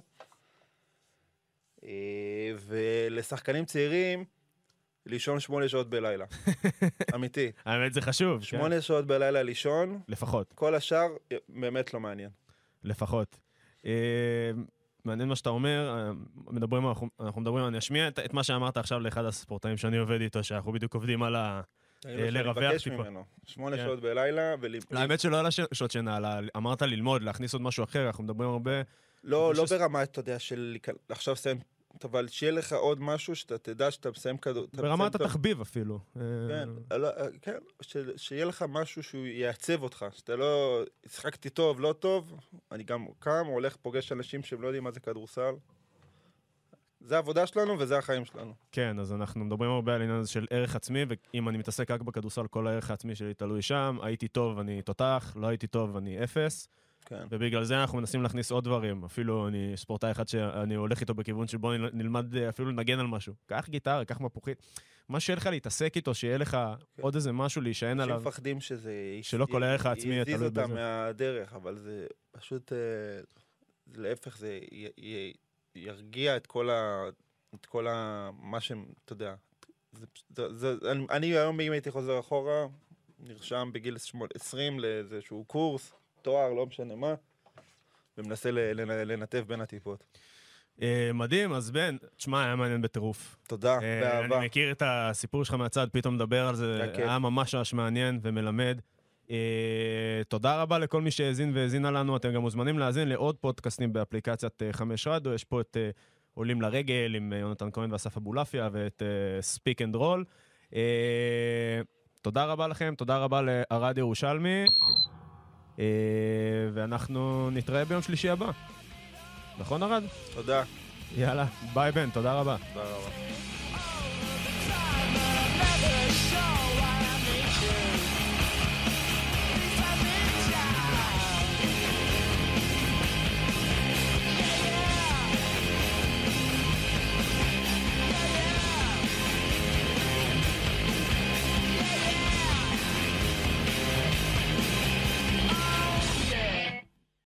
ולשחקנים צעירים, לישון שמונה שעות בלילה. אמיתי. האמת זה חשוב. שמונה שעות בלילה לישון. לפחות. כל השאר באמת לא מעניין. לפחות. מעניין מה שאתה אומר, מדברים, אנחנו מדברים, אני אשמיע את מה שאמרת עכשיו לאחד הספורטאים שאני עובד איתו, שאנחנו בדיוק עובדים על ה... לרווח טיפה. שמונה שעות בלילה. האמת שלא היה לה שעות שינה, אמרת ללמוד, להכניס עוד משהו אחר, אנחנו מדברים הרבה... לא, לא ברמה, אתה יודע, של עכשיו סיים, אבל שיהיה לך עוד משהו שאתה תדע שאתה מסיים כדור... ברמת התחביב אפילו. כן, שיהיה לך משהו שהוא יעצב אותך, שאתה לא... שחקתי טוב, לא טוב, אני גם קם, הולך, פוגש אנשים שהם לא יודעים מה זה כדורסל. זה העבודה שלנו וזה החיים שלנו. כן, אז אנחנו מדברים הרבה על עניין הזה של ערך עצמי, ואם אני מתעסק רק בכדורסל, כל הערך העצמי שלי תלוי שם. הייתי טוב, אני תותח, לא הייתי טוב, אני אפס. כן. ובגלל זה אנחנו מנסים להכניס עוד דברים. אפילו אני ספורטאי אחד שאני הולך איתו בכיוון שבו נלמד אפילו לנגן על משהו. קח גיטרה, קח מפוחית. מה שיהיה לך להתעסק איתו, שיהיה לך עוד איזה משהו להישען עליו. שמפחדים שזה... שלא כל הערך העצמי יזיז אותם מהדרך, אבל זה פשוט... להפך, זה ירגיע את כל ה... את כל ה... מה שהם, אתה יודע... אני היום, אם הייתי חוזר אחורה, נרשם בגיל עשרים לאיזשהו קורס, תואר, לא משנה מה, ומנסה לנתב בין הטיפות. מדהים, אז בן, תשמע, היה מעניין בטירוף. תודה, באהבה. אני מכיר את הסיפור שלך מהצד, פתאום מדבר על זה, היה ממש ממש מעניין ומלמד. תודה רבה לכל מי שהאזין והאזינה לנו, אתם גם מוזמנים להאזין לעוד פודקאסטים באפליקציית חמש רדיו, יש פה את עולים לרגל עם יונתן כהן ואסף אבולעפיה ואת ספיק אנד רול. תודה רבה לכם, תודה רבה לערד ירושלמי, ואנחנו נתראה ביום שלישי הבא. נכון ערד? תודה. יאללה, ביי בן, תודה רבה. תודה רבה.